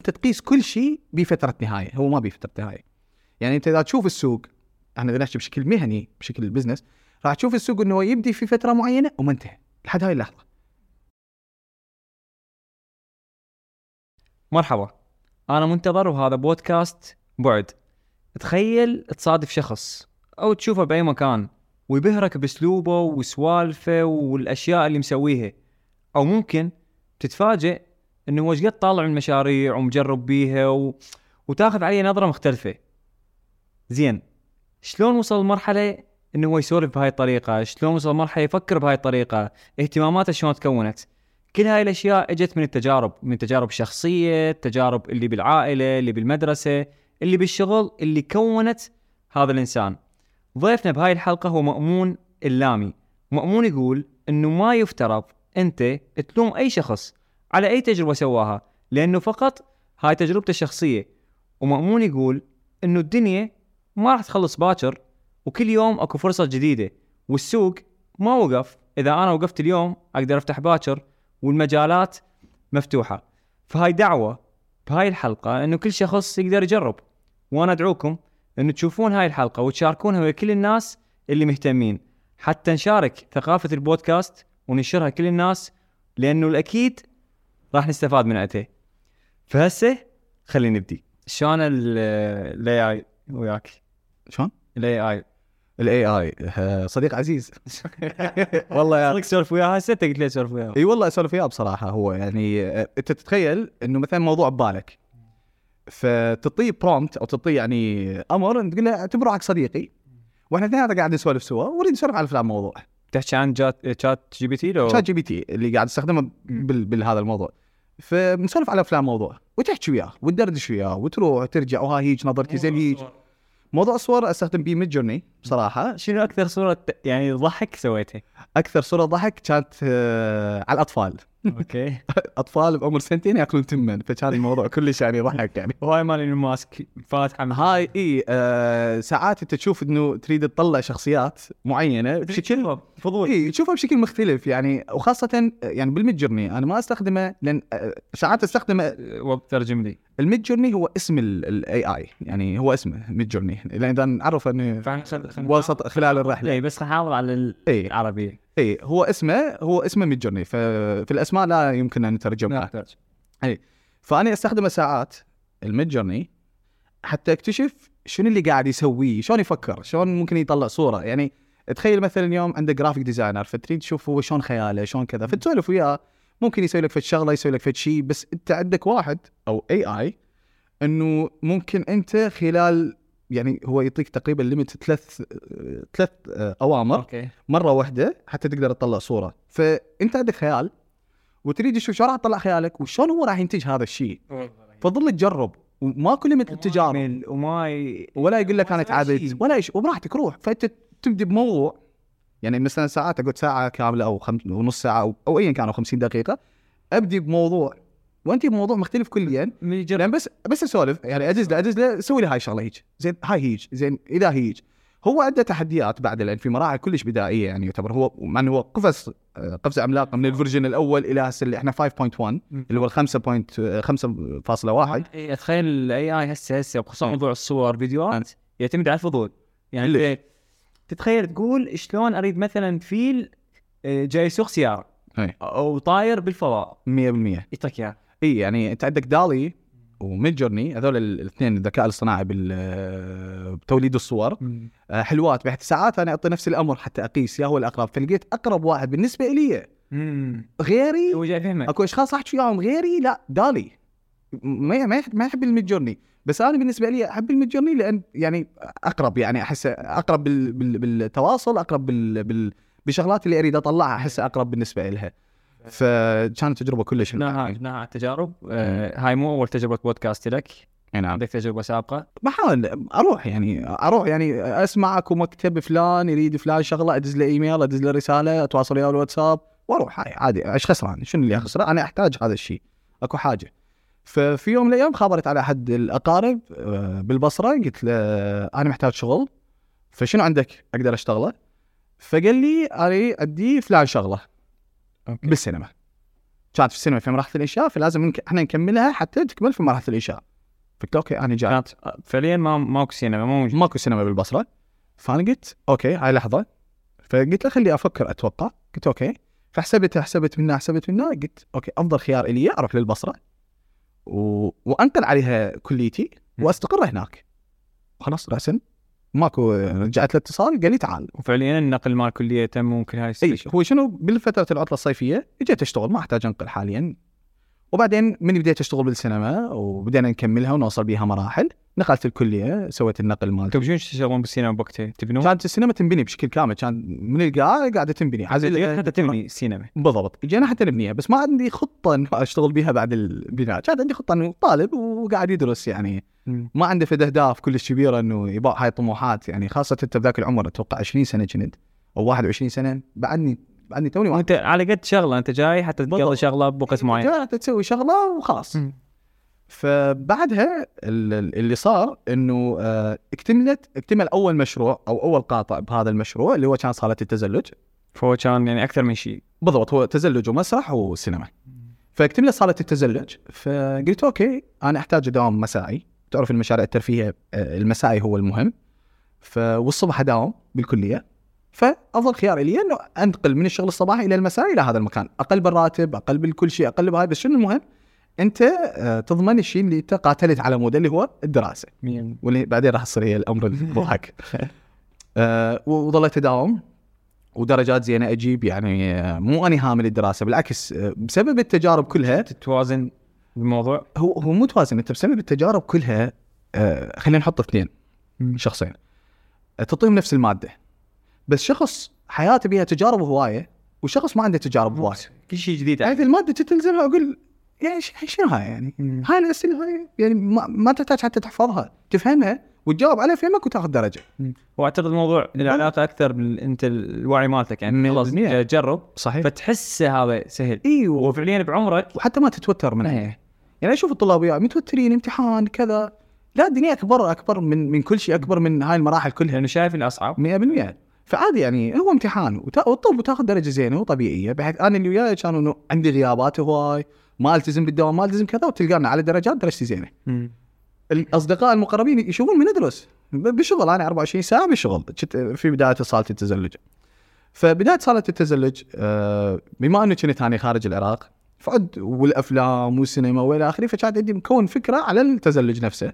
انت تقيس كل شيء بفتره نهايه، هو ما بفتره نهايه. يعني انت اذا تشوف السوق، احنا اذا نحكي بشكل مهني بشكل بزنس، راح تشوف السوق انه يبدي في فتره معينه ومنتهي لحد هاي اللحظه. مرحبا، أنا منتظر وهذا بودكاست بعد. تخيل تصادف شخص أو تشوفه بأي مكان ويبهرك بأسلوبه وسوالفه والأشياء اللي مسويها، أو ممكن تتفاجئ إنه هو قد طالع من مشاريع ومجرب بيها وتاخذ عليه نظرة مختلفة. زين، شلون وصل لمرحلة إنه هو يسولف بهاي الطريقة؟ شلون وصل لمرحلة يفكر بهاي الطريقة؟ اهتماماته شلون تكونت؟ كل هاي الأشياء اجت من التجارب، من تجارب شخصية، تجارب اللي بالعائلة، اللي بالمدرسة، اللي بالشغل، اللي كونت هذا الإنسان. ضيفنا بهاي الحلقة هو مأمون اللامي. مأمون يقول إنه ما يفترض أنت تلوم أي شخص على أي تجربة سواها، لأنه فقط هاي تجربته الشخصية. ومأمون يقول إنه الدنيا ما راح تخلص باكر، وكل يوم أكو فرصة جديدة، والسوق ما وقف. إذا أنا وقفت اليوم أقدر أفتح باكر، والمجالات مفتوحة. فهاي دعوة بهاي الحلقة إنه كل شخص يقدر يجرب، وأنا أدعوكم إنه تشوفون هاي الحلقة وتشاركونها ويا كل الناس اللي مهتمين، حتى نشارك ثقافة البودكاست وننشرها كل الناس، لأنه الأكيد راح نستفاد من عته. فهسه خلينا نبدي. شلون ال AI وياك؟ شلون ال AI صديق عزيز والله يا صدق سولف وياه هسه، انت قلت لي سولف وياه. اي والله اسولف وياه بصراحه. هو يعني انت تتخيل انه مثلا موضوع ببالك، فتطي برومبت او تطي يعني امر، تقول له اعتبره حق صديقي، واحنا اثنين قاعد نسولف سوا ونريد نسولف على فلان موضوع. تحكي عن شات جي بي تي لو شات جي بي تي اللي قاعد استخدمه بالهذا الموضوع، فبنسولف على فلان موضوع وتحكي وياه وتدردش وياه وتروح وترجع، وها هيك نظرتي زين هيك. موضوع الصور استخدم بيه ميد جورني بصراحه. شنو اكثر صورة يعني ضحك سويتها؟ اكثر صوره ضحك كانت على الاطفال. اوكي. اطفال بعمر 2 ياكلون تمن، فكان الموضوع كلش يعني ضحك يعني. وهاي مال الماسك فاتحه هاي ساعات انت تشوف انه تريد تطلع شخصيات معينه بشكل فضول، تشوفها بشكل مختلف يعني، وخاصه يعني بالميد جورني انا ما استخدمه، لان ساعات استخدمه. وبترجم لي. الميد جورني هو اسم الاي اي، يعني هو اسمه ميد جورني، لان نعرف انه وسط خلال الرحله. اي بس نحافظ على العربيه. اي هو اسمه ميد جورني، ففي الاسماء لا يمكن ان نترجمها. اي فانا استخدمه ساعات الميد جورني حتى اكتشف شنو اللي قاعد يسويه، شلون يفكر، شلون ممكن يطلع صوره. يعني تخيل مثلا اليوم عندك جرافيك ديزاينر، فتريد تشوف هو شلون خياله، شلون كذا، فتسولف وياه، ممكن يسوي لك في الشغله، يسوي لك في شيء. بس انت عندك واحد او اي اي انه ممكن انت خلال يعني هو يعطيك تقريبا ليميت ثلاث اوامر أوكي. مره واحده حتى تقدر تطلع صوره. فانت عندك خيال وتريد تشوف شو راح تطلع خيالك وشلون هو راح ينتج هذا الشيء، فظل تجرب. وما كل مثل التجارب ولا يقول لك انا تعبت ولا ايش، وبراحتك روح. فانت تبدي بموضوع يعني مثلا ساعات اقعد ساعه كامله او ونص ساعه او ايا كانوا 50 دقيقه، ابدي بموضوع وانت بموضوع مختلف كليا، يعني بس اسولف يعني ادز له سوي لي هاي الشغله هيك زين، هاي هيك زين، اذا هيك. هو عنده تحديات بعد، لان في مراحل كلش بدائيه يعني يعتبر هو، مع انه هو قفزه عملاقه من الفيرجن الاول الى هسه اللي احنا 5.1 اللي هو 5.1. اتخيل الاي اي هسه بخصوص موضوع الصور فيديوهات يعتمد على الفضول. يعني تتخيل تقول شلون اريد مثلا فيل جاي يسوق سياره او طاير بالفضاء 100% يعطيك اياه. اي يعني انت عندك دالي وميد جورني، هذول الاثنين الذكاء الاصطناعي بتوليد الصور حلوات. بحيث ساعات انا اعطي نفس الامر حتى اقيس يا هو الاقرب، فلقيت اقرب واحد بالنسبه لي غيري. هو جاي فهمك. اكو اشخاص احكي وياهم غيري لا دالي ما يحب الميد جورني، بس انا بالنسبه لي احب الميد جورني لان يعني اقرب، يعني احس اقرب بالتواصل، اقرب بشغلات اللي اريد اطلعها، احس اقرب بالنسبه لها. فكانت تجربه كلش نها تجارب. هاي مو اول تجربه بودكاست لك، نعم. عندك تجربه سابقه؟ بحاول اروح يعني اسمعك ومكتب فلان يريد فلان شغله، ادز له ايميل، ادز له رساله، اتواصل وياه بالواتساب واروح. هاي عادي، ايش خسران؟ شنو اللي اخسره؟ انا احتاج هذا الشيء، اكو حاجه. ففي يوم من الايام خابرت على احد الاقارب بالبصره، قلت له انا محتاج شغل، فشنو عندك اقدر اشتغله؟ فقال لي انا ادي فلان شغله بالسينما. كانت في السينما في مرحله الانشاء، فلازم احنا نكملها حتى تكمل في مرحله الانشاء. قلت اوكي انا جاي. كانت فعليا ماكو سينما، ماكو سينما بالبصره. فانا قلت اوكي هاي لحظه، فقلت له خلي افكر اتوقع. قلت اوكي، فحسبت منها قلت اوكي افضل خيار لي اروح للبصره وانقل عليها كليتي واستقر هناك. خلاص راسا ماكو، رجعت له اتصال قال لي تعال. وفعليا النقل مال الكليه تم ممكن هاي السنه. هو شنو بالفتره العطله الصيفيه اجيت اشتغل، ما احتاج انقل حاليا. وبعدين من بديت اشتغل بالسينما وبدينا نكملها ونوصل بيها مراحل، نقلت الكليه سويت النقل مالتي. طيب شنو تشتغلون بالسينما بوقتها؟ تبنون؟ كانت السينما تنبني بشكل كامل، كان من القاعه قاعده تنبني حتى تبني السينما. بالضبط، جينا حتى نبنيها، بس ما عندي خطه انه اشتغل بيها بعد البناء. كان عندي خطه انه طالب وقاعد يدرس يعني ما عنده فد اهداف كلش كبيره انه يبقى هاي طموحات يعني، خاصه انت بذاك العمر اتوقع 20 سنه كنت او 21 سنه. بعدني توني وانت على قد شغله، انت جاي حتى تقضي شغله بوقت معين، جاي تسوي شغله وخلاص. فبعدها اللي صار انه اكتمل اول مشروع او اول قاطع بهذا المشروع اللي هو كان صالة التزلج. فهو كان يعني اكثر من شيء. بالضبط، هو تزلج ومسرح وسينما. فاكتمل صالة التزلج، فقلت اوكي انا احتاج اداوم مسائي. تعرف المشاريع الترفيهيه المسائي هو المهم، والصبح اداوم بالكليه. فافضل خيار لي انه انتقل من الشغل الصباحي الى المسائي الى هذا المكان، اقل بالراتب، اقل بالكل شيء، اقل بهاي، بس شنو المهم انت تضمن الشيء اللي انت قاتلت على موده اللي هو الدراسه، واللي بعدين راح تصير هي الامر المضحك. وظليت اداوم ودرجات زينه اجيب يعني، مو اني هامل الدراسه، بالعكس بسبب التجارب كلها تتوازن الموضوع. هو مو توازن، انت بسبب التجارب كلها خلينا نحط اثنين شخصين تعطيهم نفس الماده، بس شخص حياته بيها تجارب هوايه وشخص ما عنده تجارب هوايه، كل شيء جديد. هذه الماده تتلزمها. اقول يعني شنو هاي يعني؟ هاي الاسئله هاي يعني ما تحتاج حتى تحفظها، تفهمها وتجاوب عليها فهمك وتاخذ درجه. واعتقد الموضوع العلاقه اكثر انت الوعي مالتك يعني خلاص جرب صحيح، فتحس هذا سهل. ايوه، وفعليا بعمرك وحتى ما تتوتر منه. يعني اشوف الطلاب وياي متوترين، امتحان كذا، لا الدنيا اكبر من كل شيء، اكبر من هاي المراحل كلها، لانه شايف الاصعب 100%. فعادي يعني هو امتحان وطب وتاخذ درجه زينه وطبيعيه، بحيث انا اللي وياي كانوا انه عندي غيابات هواي، ما التزم بالدوام، ما التزم كذا، وتلقانا على درجتي زينه. الاصدقاء المقربين يشوفون من ندرس بالشغل، انا 24 ساعه بالشغل في بدايه صاله التزلج. فبدايه صاله التزلج بما انه كنت انا خارج العراق فعد والافلام والسينما والى اخره، فكانت عندي مكون فكره على التزلج نفسه.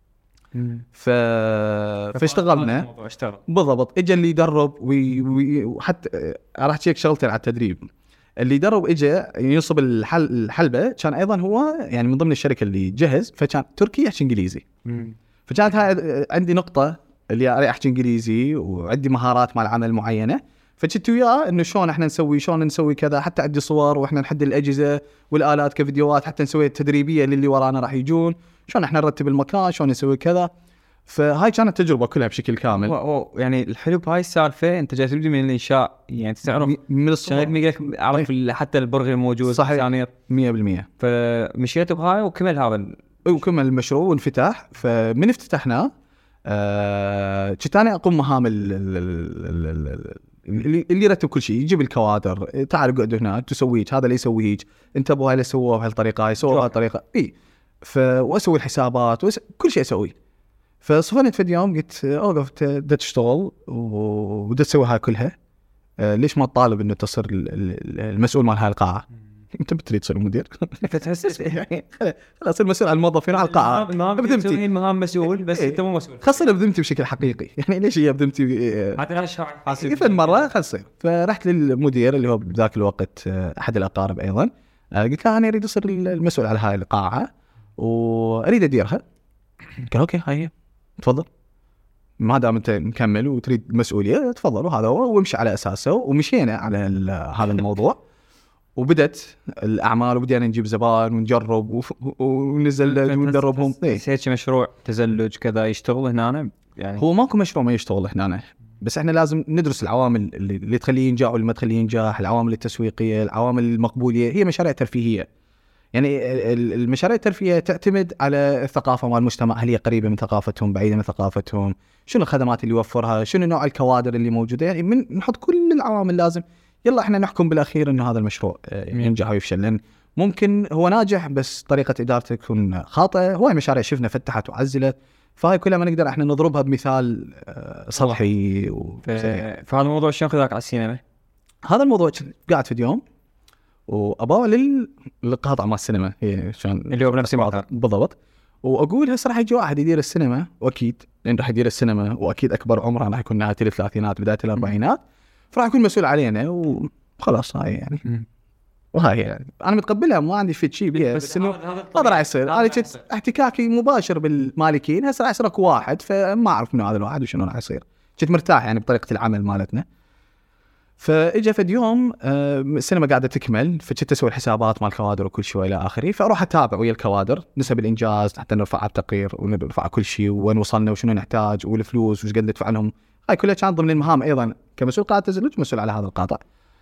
فاشتغلنا بالضبط. اجى اللي يدرب وحتى راح تشيك شغلتين على التدريب. اللي يدرب اجى ينصب الحلبه، كان ايضا هو يعني من ضمن الشركه اللي جهز، فكان تركي يحكي انجليزي. فكانت هاي عندي نقطه اللي احكي انجليزي وعندي مهارات مع العمل معينه، فجيت وياه انه شلون احنا نسوي كذا، حتى عندي صور واحنا نحدد الاجهزه والالات كفيديوهات حتى نسوي التدريبيه للي ورانا راح يجون، شلون احنا نرتب المكان، شلون نسوي كذا. فهاي كانت تجربه كلها بشكل كامل. يعني الحلو بهاي السالفه انت جاي تبدي من الانشاء، يعني تعرف من الصغر اعرف حتى البرغي الموجود صحيح 100%. فمشيت بهاي وكمل هذا وكمل المشروع وانفتح. فمن افتتحناه كنت انا اقوم مهام اللي يرتب كل شيء، يجيب الكوادر، تعال اقعد هنا تسوي هذا اللي يسوي هيك، انتبهوا هاي اللي سووها بهالطريقه، يسووها بهالطريقه اي. واسوي الحسابات كل شيء اسوي. فصفنت في يوم قلت اوقف، بدأت تشتغل وبدأت تسوي هاي كلها، ليش ما تطالب انه تصير المسؤول مال هاي القاعه؟ انت بتريد تصير مدير فتحس يعني خلاص المسؤول عن الموظفين على القاعه، بذمتي مهام مسؤول بس انت مو مسؤول، خاصه بذمتي بشكل حقيقي. يعني ليش هي بذمتي؟ حاسب مره خلص. فرحت للمدير اللي هو بذاك الوقت احد الاقارب ايضا، قلت له انا اريد اصير المسؤول على هاي القاعه واريد اديرها. قال اوكي هاي تفضل، ما دام انت مكمل وتريد مسؤوليه تفضل، وهذا هو، وامشي على اساسه. ومشينا على هذا الموضوع، وبدت الاعمال وبدينا نجيب زبائن ونجرب وننزل وندربهم. هيك مشروع تزلج كذا يشتغل هنا يعني؟ هو ماكو مشروع ما يشتغل هنا، بس احنا لازم ندرس العوامل اللي تخليه ينجح واللي ما تخليه ينجح، العوامل التسويقيه، العوامل المقبوليه. هي مشاريع ترفيهيه، يعني المشاريع الترفيهيه تعتمد على الثقافه مال المجتمع، هل هي قريبه من ثقافتهم، بعيده من ثقافتهم، شنو الخدمات اللي يوفرها، شنو نوع الكوادر اللي موجوده. يعني من نحط كل العوامل لازم يلا احنا نحكم بالاخير انه هذا المشروع ينجح ويفشل. لان ممكن هو ناجح بس طريقه ادارته تكون خاطئه. هواي مشاريع شفنا فتحت وعزلت، فهاي كلها ما نقدر احنا نضربها بمثال سطحي. فهذا الموضوع شلون خذاك على السينما؟ هذا الموضوع قاعد في اليوم وابغى للقاطع مال السينما هي شلون اللي هو بنفس المكان بالضبط، واقول هسه راح يجي واحد يدير السينما، واكيد لان راح يدير السينما واكيد اكبر عمره راح يكون نهايه الثلاثينات بدايه الاربعينات، فراح يكون مسؤول علينا وخلاص. هاي يعني وهاي يعني انا متقبلها، ما عندي في شيء بيها، بس انه هذا راح يصير. انا كنت احتكاكي مباشر بالمالكين، هسه راح يصير اكو واحد فما اعرف منو هذا الواحد وشنو راح يصير. كنت مرتاح يعني بطريقه العمل مالتنا. فاجا فد يوم السينما قاعده تكمل، فكنت اسوي الحسابات مال الكوادر وكل شيء الى اخره، فاروح اتابع ويا الكوادر نسب الانجاز حتى نرفعها بتقرير ونرفع كل شيء وين وصلنا وشنو نحتاج والفلوس وش قد ندفع لهم. هاي كلها كانت ضمن المهام ايضا كمسؤول قاعه تزلج مسؤول على هذا القاطع.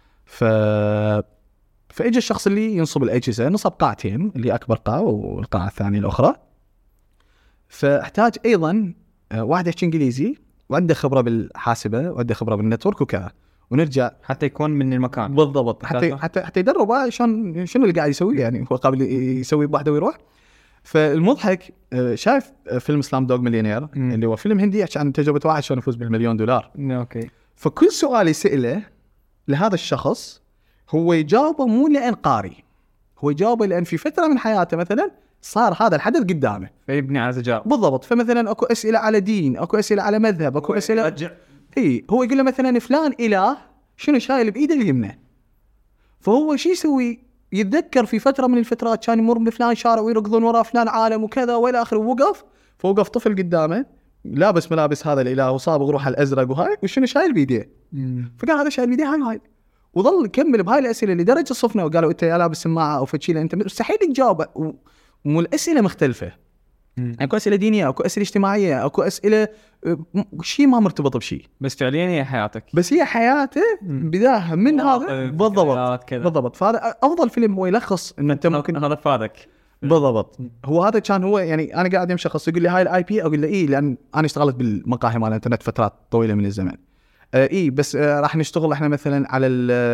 فاجى الشخص اللي ينصب الاجهزه، نصب قاعتين اللي اكبر قاعه والقاعه الثانيه الاخرى، فاحتاج ايضا واحد يحكي انجليزي وعنده خبره بالحاسبه وعنده خبره بالنتورك وكذا، ونرجع حتى يكون من المكان بالضبط حتى يدرب شلون شنو اللي قاعد يسوي، يعني هو قابل يسوي بوحده ويروح. فالمضحك شايف فيلم سلام دوغ مليونير اللي هو فيلم هندي يحكي عن تجربه واحد شلون يفوز $1,000,000. اوكي. فكل سؤال يسأله لهذا الشخص هو يجاوبه مو لأن قاري، هو يجاوبه لأن في فترة من حياته مثلا صار هذا الحدث قدامه فيبني على تجارب. بالضبط. فمثلا اكو اسئله على دين، اكو اسئله على مذهب، اكو اسئله هو يقول له مثلا فلان اله شنو شايل بايده اليمنى، فهو شو يسوي؟ يتذكر في فتره من الفترات كان يمر بفلان شارع ويركضون وراه فلان عالم وكذا والى اخره، ووقف فوقف طفل قدامه لابس ملابس هذا الاله وصابغ روحه الازرق وهاي وشنو شايل بيده، فقال هذا شايل بيده هاي وظل يكمل بهاي الاسئله لدرجه صفنا وقالوا انت يا لابس سماعه او فشيله انت مستحيل تجاوب. مو الاسئله مختلفه، اكو اسئله دينيه، اكو اسئله اجتماعيه، اكو اسئله شيء ما مرتبط بشيء، بس فعليا هي حياتك، بس هي حياته بداها من هذا بالضبط. فهذا افضل فيلم هو يلخص ان انت ممكن هذا فادك بالضبط. هو هذا كان هو يعني انا قاعد يم شخص يقول لي هاي الاي بي، اقول له اي لان انا اشتغلت بالمقاهي مال الانترنت فترات طويله من الزمن. اي بس راح نشتغل احنا مثلا على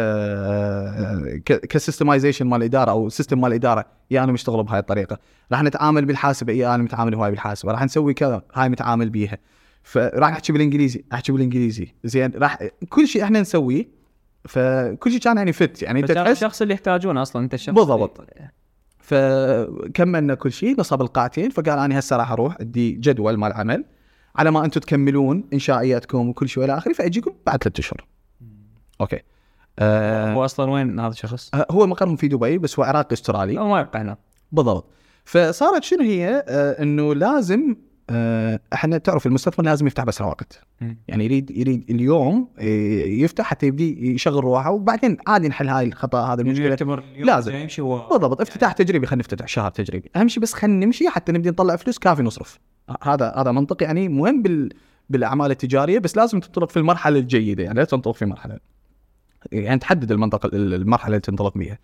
كسيستمايزيشن مال الاداره او سيستم مال الاداره، انا مشتغل بهاي الطريقه. راح نتعامل بالحاسبه، انا متعامل هواي بالحاسبه. راح نسوي كذا، هاي متعامل بيها. فراح احكي بالانجليزي زين، راح كل شيء احنا نسويه. فكل شيء كان يعني فت، يعني انت الشخص اللي يحتاجونه اصلا انت الشخص بالضبط. فكملنا كل شيء، نصب القاعتين، فقال انا هسه راح اروح ادي جدول مال عمل على ما انتم تكملون انشائياتكم وكل شيء الى اخره، فاجيكم بعد 3 اشهر. اوكي. هو اصلا وين هذا الشخص؟ هو مقرهم في دبي بس هو عراقي استرالي. ما يبقى هنا بالضبط. فصارت شنو هي انه لازم احنا تعرف المستثمر لازم يفتح باسرع وقت. يعني يريد اليوم يفتح حتى يبدي يشغل روحه، وبعدين عادي نحل هاي الخطا هذا المشكله. لازم يمشي بالضبط. افتتاح تجريبي، خلينا نفتتح شهر تجريبي اهم شيء، بس خلينا نمشي حتى نبدي نطلع فلوس كافي نصرف. هذا منطق يعني مهم بالاعمال التجاريه، بس لازم تنطلق في المرحله الجيده، يعني لا تنطلق في مرحله يعني تحدد المرحله اللي تنطلق بيها.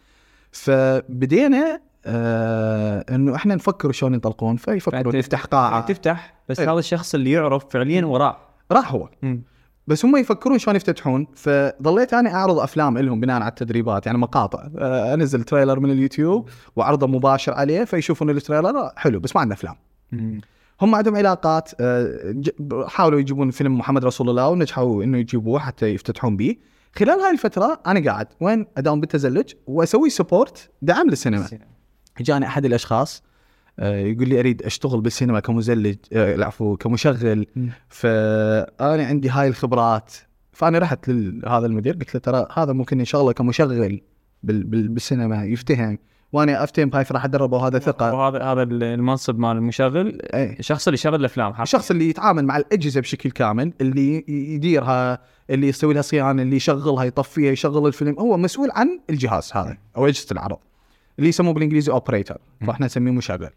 فبدينا انه احنا نفكر شلون ينطلقون، فيفكروا نفتح قاعه تفتح بس هذا الشخص اللي يعرف فعليا راح هو بس هم يفكرون شلون يفتتحون. فضليت انا اعرض افلام لهم بناء على التدريبات، يعني مقاطع، انزل تريلر من اليوتيوب وعرضه مباشر عليه، فيشوفون التريلر حلو بس ما عندنا افلام. هم عندهم علاقات، حاولوا يجيبون فيلم محمد رسول الله ونجحوا انه يجيبوه حتى يفتتحون به. خلال هاي الفتره انا قاعد وين اداوم بالتزلج واسوي سبورت دعم للسينما. جاني احد الاشخاص يقول لي اريد اشتغل بالسينما كمزلج، العفو كمشغل، فانا عندي هاي الخبرات. فانا رحت لهذا المدير قلت له ترى هذا ممكن ان شاء الله كمشغل بالسينما يفتهم، وانا افتهم بهاي، فراح ادربه وهذا ثقه. وهذا المنصب مال المشغل، الشخص اللي يشغل الافلام، الشخص اللي يتعامل مع الاجهزه بشكل كامل، اللي يديرها، اللي يسوي لها صيانه، اللي يشغلها، يطفيها، يشغل الفيلم، هو مسؤول عن الجهاز هذا او اجهزه العرض اللي يسموه بالانجليزي اوبريتور، فاحنا نسميه مشغل.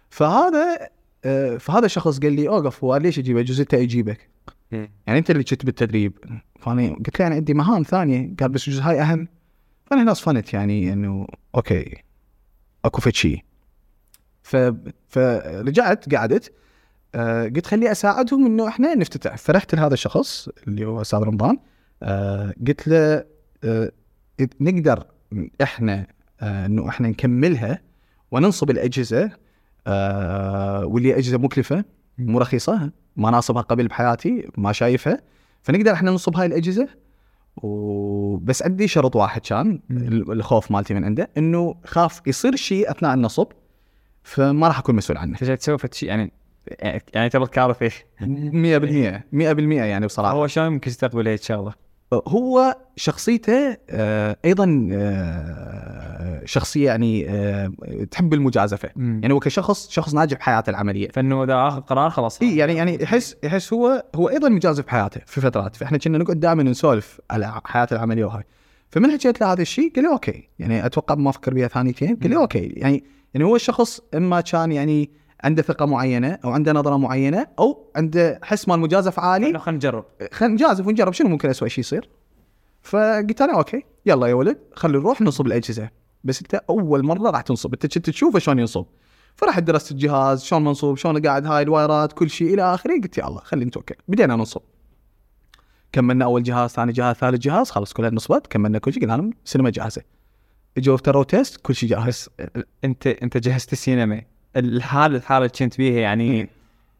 فهذا الشخص قال لي اوقف، هو ليش اجيبه؟ جزءته يجيبك، يعني انت اللي كنت بالتدريب. فانا قلت له انا عندي مهام ثانيه. قال بس الجزء هاي اهم. فانا هنا صفنت يعني انه اوكي اكو فد شيء. فرجعت قعدت، قلت خلي اساعدهم انه احنا نفتتح. فرحت لهذا الشخص اللي هو استاذ رمضان، قلت له نقدر احنا انه احنا نكملها وننصب الاجهزه، واللي اجهزه مكلفه مو رخيصه، ما ناصبها قبل بحياتي ما شايفها، فنقدر احنا ننصب هاي الاجهزه. وبس عندي شرط واحد كان الخوف مالتي من عنده، انه خاف يصير شيء اثناء النصب فما راح اكون مسؤول عنه. فجأة تسوي شيء يعني تبغى تعرف ايش 100% يعني بصراحه. هو شلون ممكن يستقبل هيك شغله؟ هو شخصيته ايضا شخصيه يعني تحب المجازفه. يعني هو كشخص ناجح بحياته العمليه، فانه اذا اخذ قرار خلاص. يعني يحس هو ايضا مجازف بحياته في فترات. فاحنا كنا نقعد دائما نسولف على حياته العمليه وهاي. فمن حكيت له هذا الشيء قال لي اوكي، يعني اتوقع ما افكر بها ثانيتين. قال لي اوكي، يعني هو الشخص اما كان يعني عنده ثقه معينه او عنده نظره معينه او عنده حس مال مجازف عالي. خلينا نجازف ونجرب شنو ممكن اسوء شيء يصير. فقلت انا اوكي يلا يا ولد خلي نروح ننصب الاجهزه، بس انت اول مره راح تنصب، انت كنت تشوفه شلون ينصب. فرحت درست الجهاز شلون منصوب، شلون قاعد هاي الوايرات كل شيء الى اخره. قلت يلا خلي نتوكل. بدينا ننصب، كملنا اول جهاز ثاني جهاز ثالث جهاز، خلص كلها نصبت كملنا كل شيء. قلنا انا سينما جاهزه، اجوا افتروا تيست كل شيء جاهز. انت جهزت السينما الحاله اللي كنت بيها يعني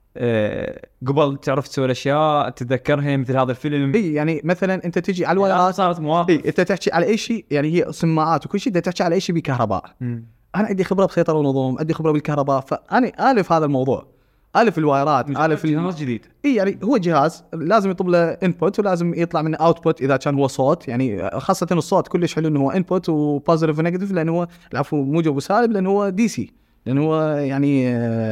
قبل تعرف تسوي الاشياء تتذكرها مثل هذا الفيلم. اي يعني مثلا انت تجي على الوايرات صارت مواقف. اي انت تحكي على اي شيء، يعني هي سماعات وكل شيء، انت تحكي على اي شيء بكهرباء. انا عندي خبره بسيطره ونظم، عندي خبره بالكهرباء، فانا الف هذا الموضوع، الف الوايرات، الف جهاز جديد. اي يعني هو جهاز لازم يطلب له انبوت ولازم يطلع منه اوتبوت اذا كان هو صوت. يعني خاصه الصوت كلش حلو انه هو انبوت وبوزيتيف ونيجاتيف، لانه هو العفو موجب وسالب، لانه هو دي سي، لانه هو يعني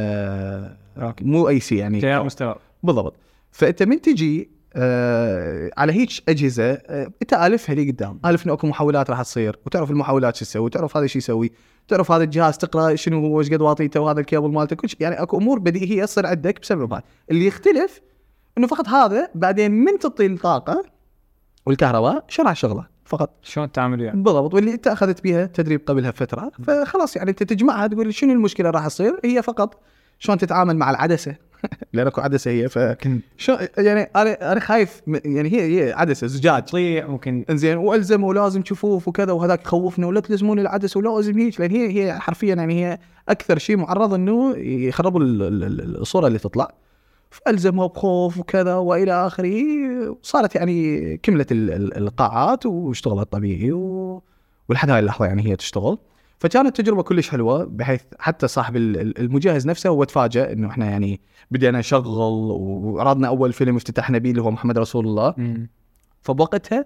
مو اي سي يعني تيار مستمر بالضبط. فانت من تجي على هيك اجهزه انت الفها لي قدام، الف انه اكو محولات راح تصير، وتعرف المحولات شو تسوي، وتعرف هذا شو يسوي، تعرف هذا الجهاز تقرا شنو هو، ايش قد واطيته، وهذا الكيبل مالته كل شيء. يعني اكو امور بديهيه تصير عندك بسبب هذا. اللي يختلف انه فقط هذا بعدين من تعطي الطاقه والكهرباء شو راح شغله فقط شلون تعمل يعني بالضبط. واللي انت اخذت بيها تدريب قبلها فتره، فخلاص يعني انت تجمعها تقول شنو المشكله راح تصير، هي فقط شلون تتعامل مع العدسه لأن اكو عدسه هي. شو يعني انا خايف يعني هي عدسه زجاج تطيع ممكن انزين، والزم ولازم شفوف وكذا، وهذاك يخوفنا ولا تلزمون العدسه ولازم هيك، لان هي حرفيا يعني هي اكثر شيء معرض انه يخربوا الصوره اللي تطلع. فالزمها بخوف وكذا والى اخره. صارت يعني كملت القاعات واشتغلت طبيعي ولحد هاي اللحظه يعني هي تشتغل. فكانت تجربه كلش حلوه، بحيث حتى صاحب المجهز نفسه هو تفاجأ انه احنا يعني بدينا نشغل وعرضنا اول فيلم افتتحنا به اللي هو محمد رسول الله. فبوقتها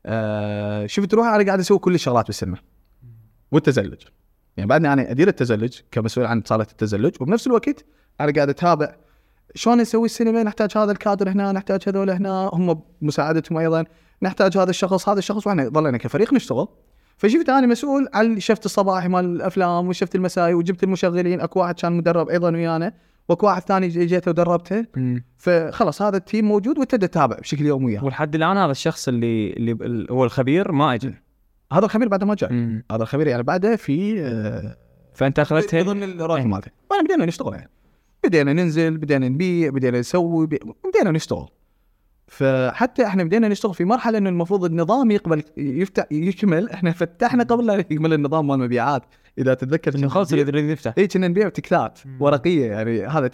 شفت روحي انا قاعد اسوي كل الشغلات بالسينما والتزلج. يعني بعدني انا ادير التزلج كمسؤول عن صاله التزلج، وبنفس الوقت انا قاعد اتابع شلون نسوي السينما، نحتاج هذا الكادر هنا، نحتاج هذول هنا، هم بمساعدتهم ايضا، نحتاج هذا الشخص، واحنا ظلنا كفريق نشتغل. فشفت انا مسؤول عن شفت الصباحي مال الافلام وشفت المسائي، وجبت المشغلين، اكو واحد كان مدرب ايضا ويانا، واكو واحد ثاني جيته ودربته. فخلص هذا التيم موجود وابتدى اتابع بشكل يومي. ولحد الان هذا الشخص اللي هو الخبير ما اجى. هذا الخبير بعد ما جاء، هذا الخبير يعني بعده في فانت اخذته ضمن الراتب مالته. وانا بدينا نشتغل يعني بدينا ننزل، بدينا نبيع، بدينا نسوي، بدينا نشتغل. فحتى احنا بدينا نشتغل في مرحله انه المفروض النظام يقبل يكمل. احنا فتحنا قبل لا يكمل النظام مال المبيعات، اذا تتذكر خلص اللي يفتح كنا نبيع تكتات ورقيه، يعني هذا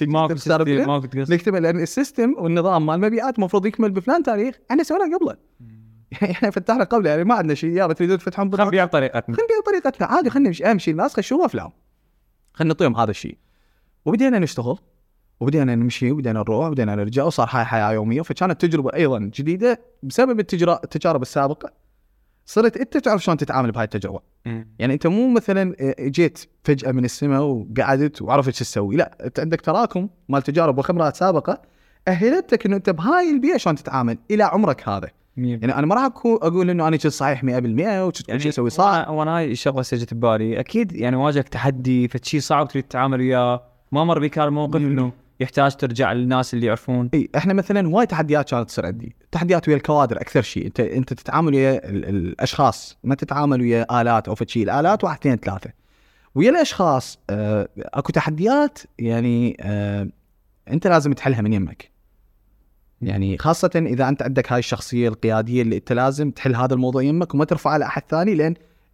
نكتب لان السيستم والنظام مال المبيعات المفروض يكمل بفلان تاريخ، احنا سوينا قبله. يعني احنا فتحنا قبله، يعني ما عندنا شيء. يا تريدون تفتحون خلينا نبيع بطريقتنا عادي، خلينا امشي الناس خشوا افلام، خلينا نعطيهم هذا الشيء. وبدينا نشتغل وبدينا نمشي وبدينا نروح وبدينا نرجع، وصار هاي حياة يومية. فكانت تجربة أيضا جديدة بسبب التجارب السابقة. صرت أنت تعرف شلون تتعامل بهاي التجربة. يعني أنت مو مثلا جيت فجأة من السماء وقعدت وعرفت شو تسوي، لا، أنت عندك تراكم مال تجارب وخبرات سابقة أهلتك إنه أنت بهاي البيئة شلون تتعامل إلى عمرك هذا. يعني أنا ما راح أقول إنه أنا كنت صحيح 100% وكنت يعني شيء أسوي صح. وأنا هاي الشغلة سجت ببالي أكيد، يعني واجهك تحدي فشي صعب تريد تتعامل وياه، ما مر بك هالموقف إنه يحتاج ترجع للناس اللي يعرفون؟ اي احنا مثلا وايد تحديات كانت تصير عندي، تحديات ويا الكوادر اكثر شيء. انت تتعامل ويا الاشخاص، ما تتعامل ويا الات او فشي. الالات 1 2 3 ويا الاشخاص اكو تحديات يعني انت لازم تحلها من يمك. يعني خاصه اذا انت عندك هاي الشخصيه القياديه اللي انت لازم تحل هذا الموضوع يمك وما ترفعه على احد ثاني، لان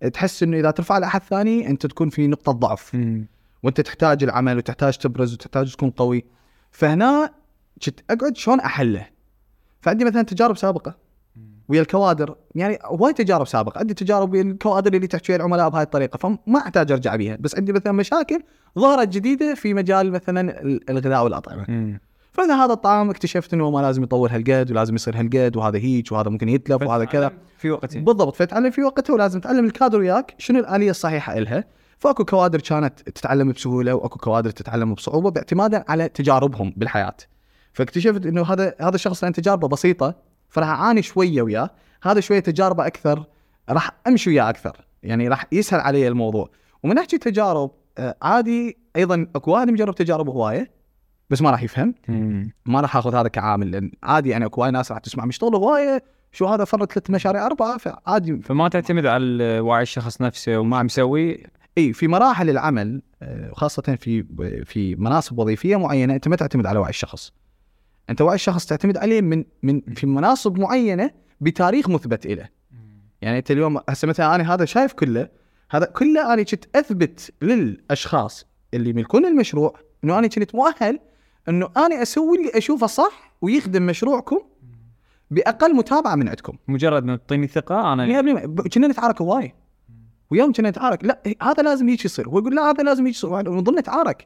تحس انه اذا ترفع لاحد ثاني انت تكون في نقطه ضعف وانت تحتاج العمل وتحتاج تبرز وتحتاج تكون قوي. فهنا كنت اقعد شلون احله. فعندي مثلا تجارب سابقه ويا الكوادر، يعني وايد تجارب سابقه، عندي تجارب ويا الكوادر اللي تحكي ويا العملاء بهاي الطريقه، فما احتاج ارجع بيها. بس عندي مثلا مشاكل ظهرت جديده في مجال مثلا الغذاء والاطعمه. فاذا هذا الطعام اكتشفت انه ما لازم يطول هالقد ولازم يصير هالقد وهذا هيك وهذا ممكن يتلف وهذا كذا في وقته بالضبط. فتعلم في وقته ولازم تعلم الكادر وياك شنو الآلية الصحيحة إلها. فاكو كوادر كانت تتعلم بسهولة واكو كوادر تتعلم بصعوبة باعتمادا على تجاربهم بالحياة. فاكتشفت انه هذا الشخص لان تجاربه بسيطة فراح اعاني شوية وياه، هذا شوية تجاربه اكثر راح امشي وياه اكثر، يعني راح يسهل علي الموضوع. ومن نحكي تجارب عادي ايضا اكو واحد مجرب تجارب هواية بس ما راح يفهم، ما راح اخذ هذا كعامل، لان عادي يعني اكو ناس راح تسمع مشتغل هواية شو هذا فرد 3 مشاريع 4 فعادي. فما تعتمد على وعي الشخص نفسه وما مسوي. اي في مراحل العمل خاصة في مناصب وظيفية معينة انت ما تعتمد على وعي الشخص، انت وعي الشخص تعتمد عليه من في مناصب معينة بتاريخ مثبت له. يعني انت اليوم هسه مثلا انا هذا شايف هذا كله انا كنت اثبت للاشخاص اللي يملكون المشروع انه انا كنت مؤهل انه انا اسوي اللي اشوفه صح ويخدم مشروعكم باقل متابعة من عندكم. مجرد ما تعطيني ثقة انا كنا نتعارك هواي ويوم كنا نتعارك، لا هذا لازم هيك يصير، هو يقول لا هذا لازم هيك يصير، ونظل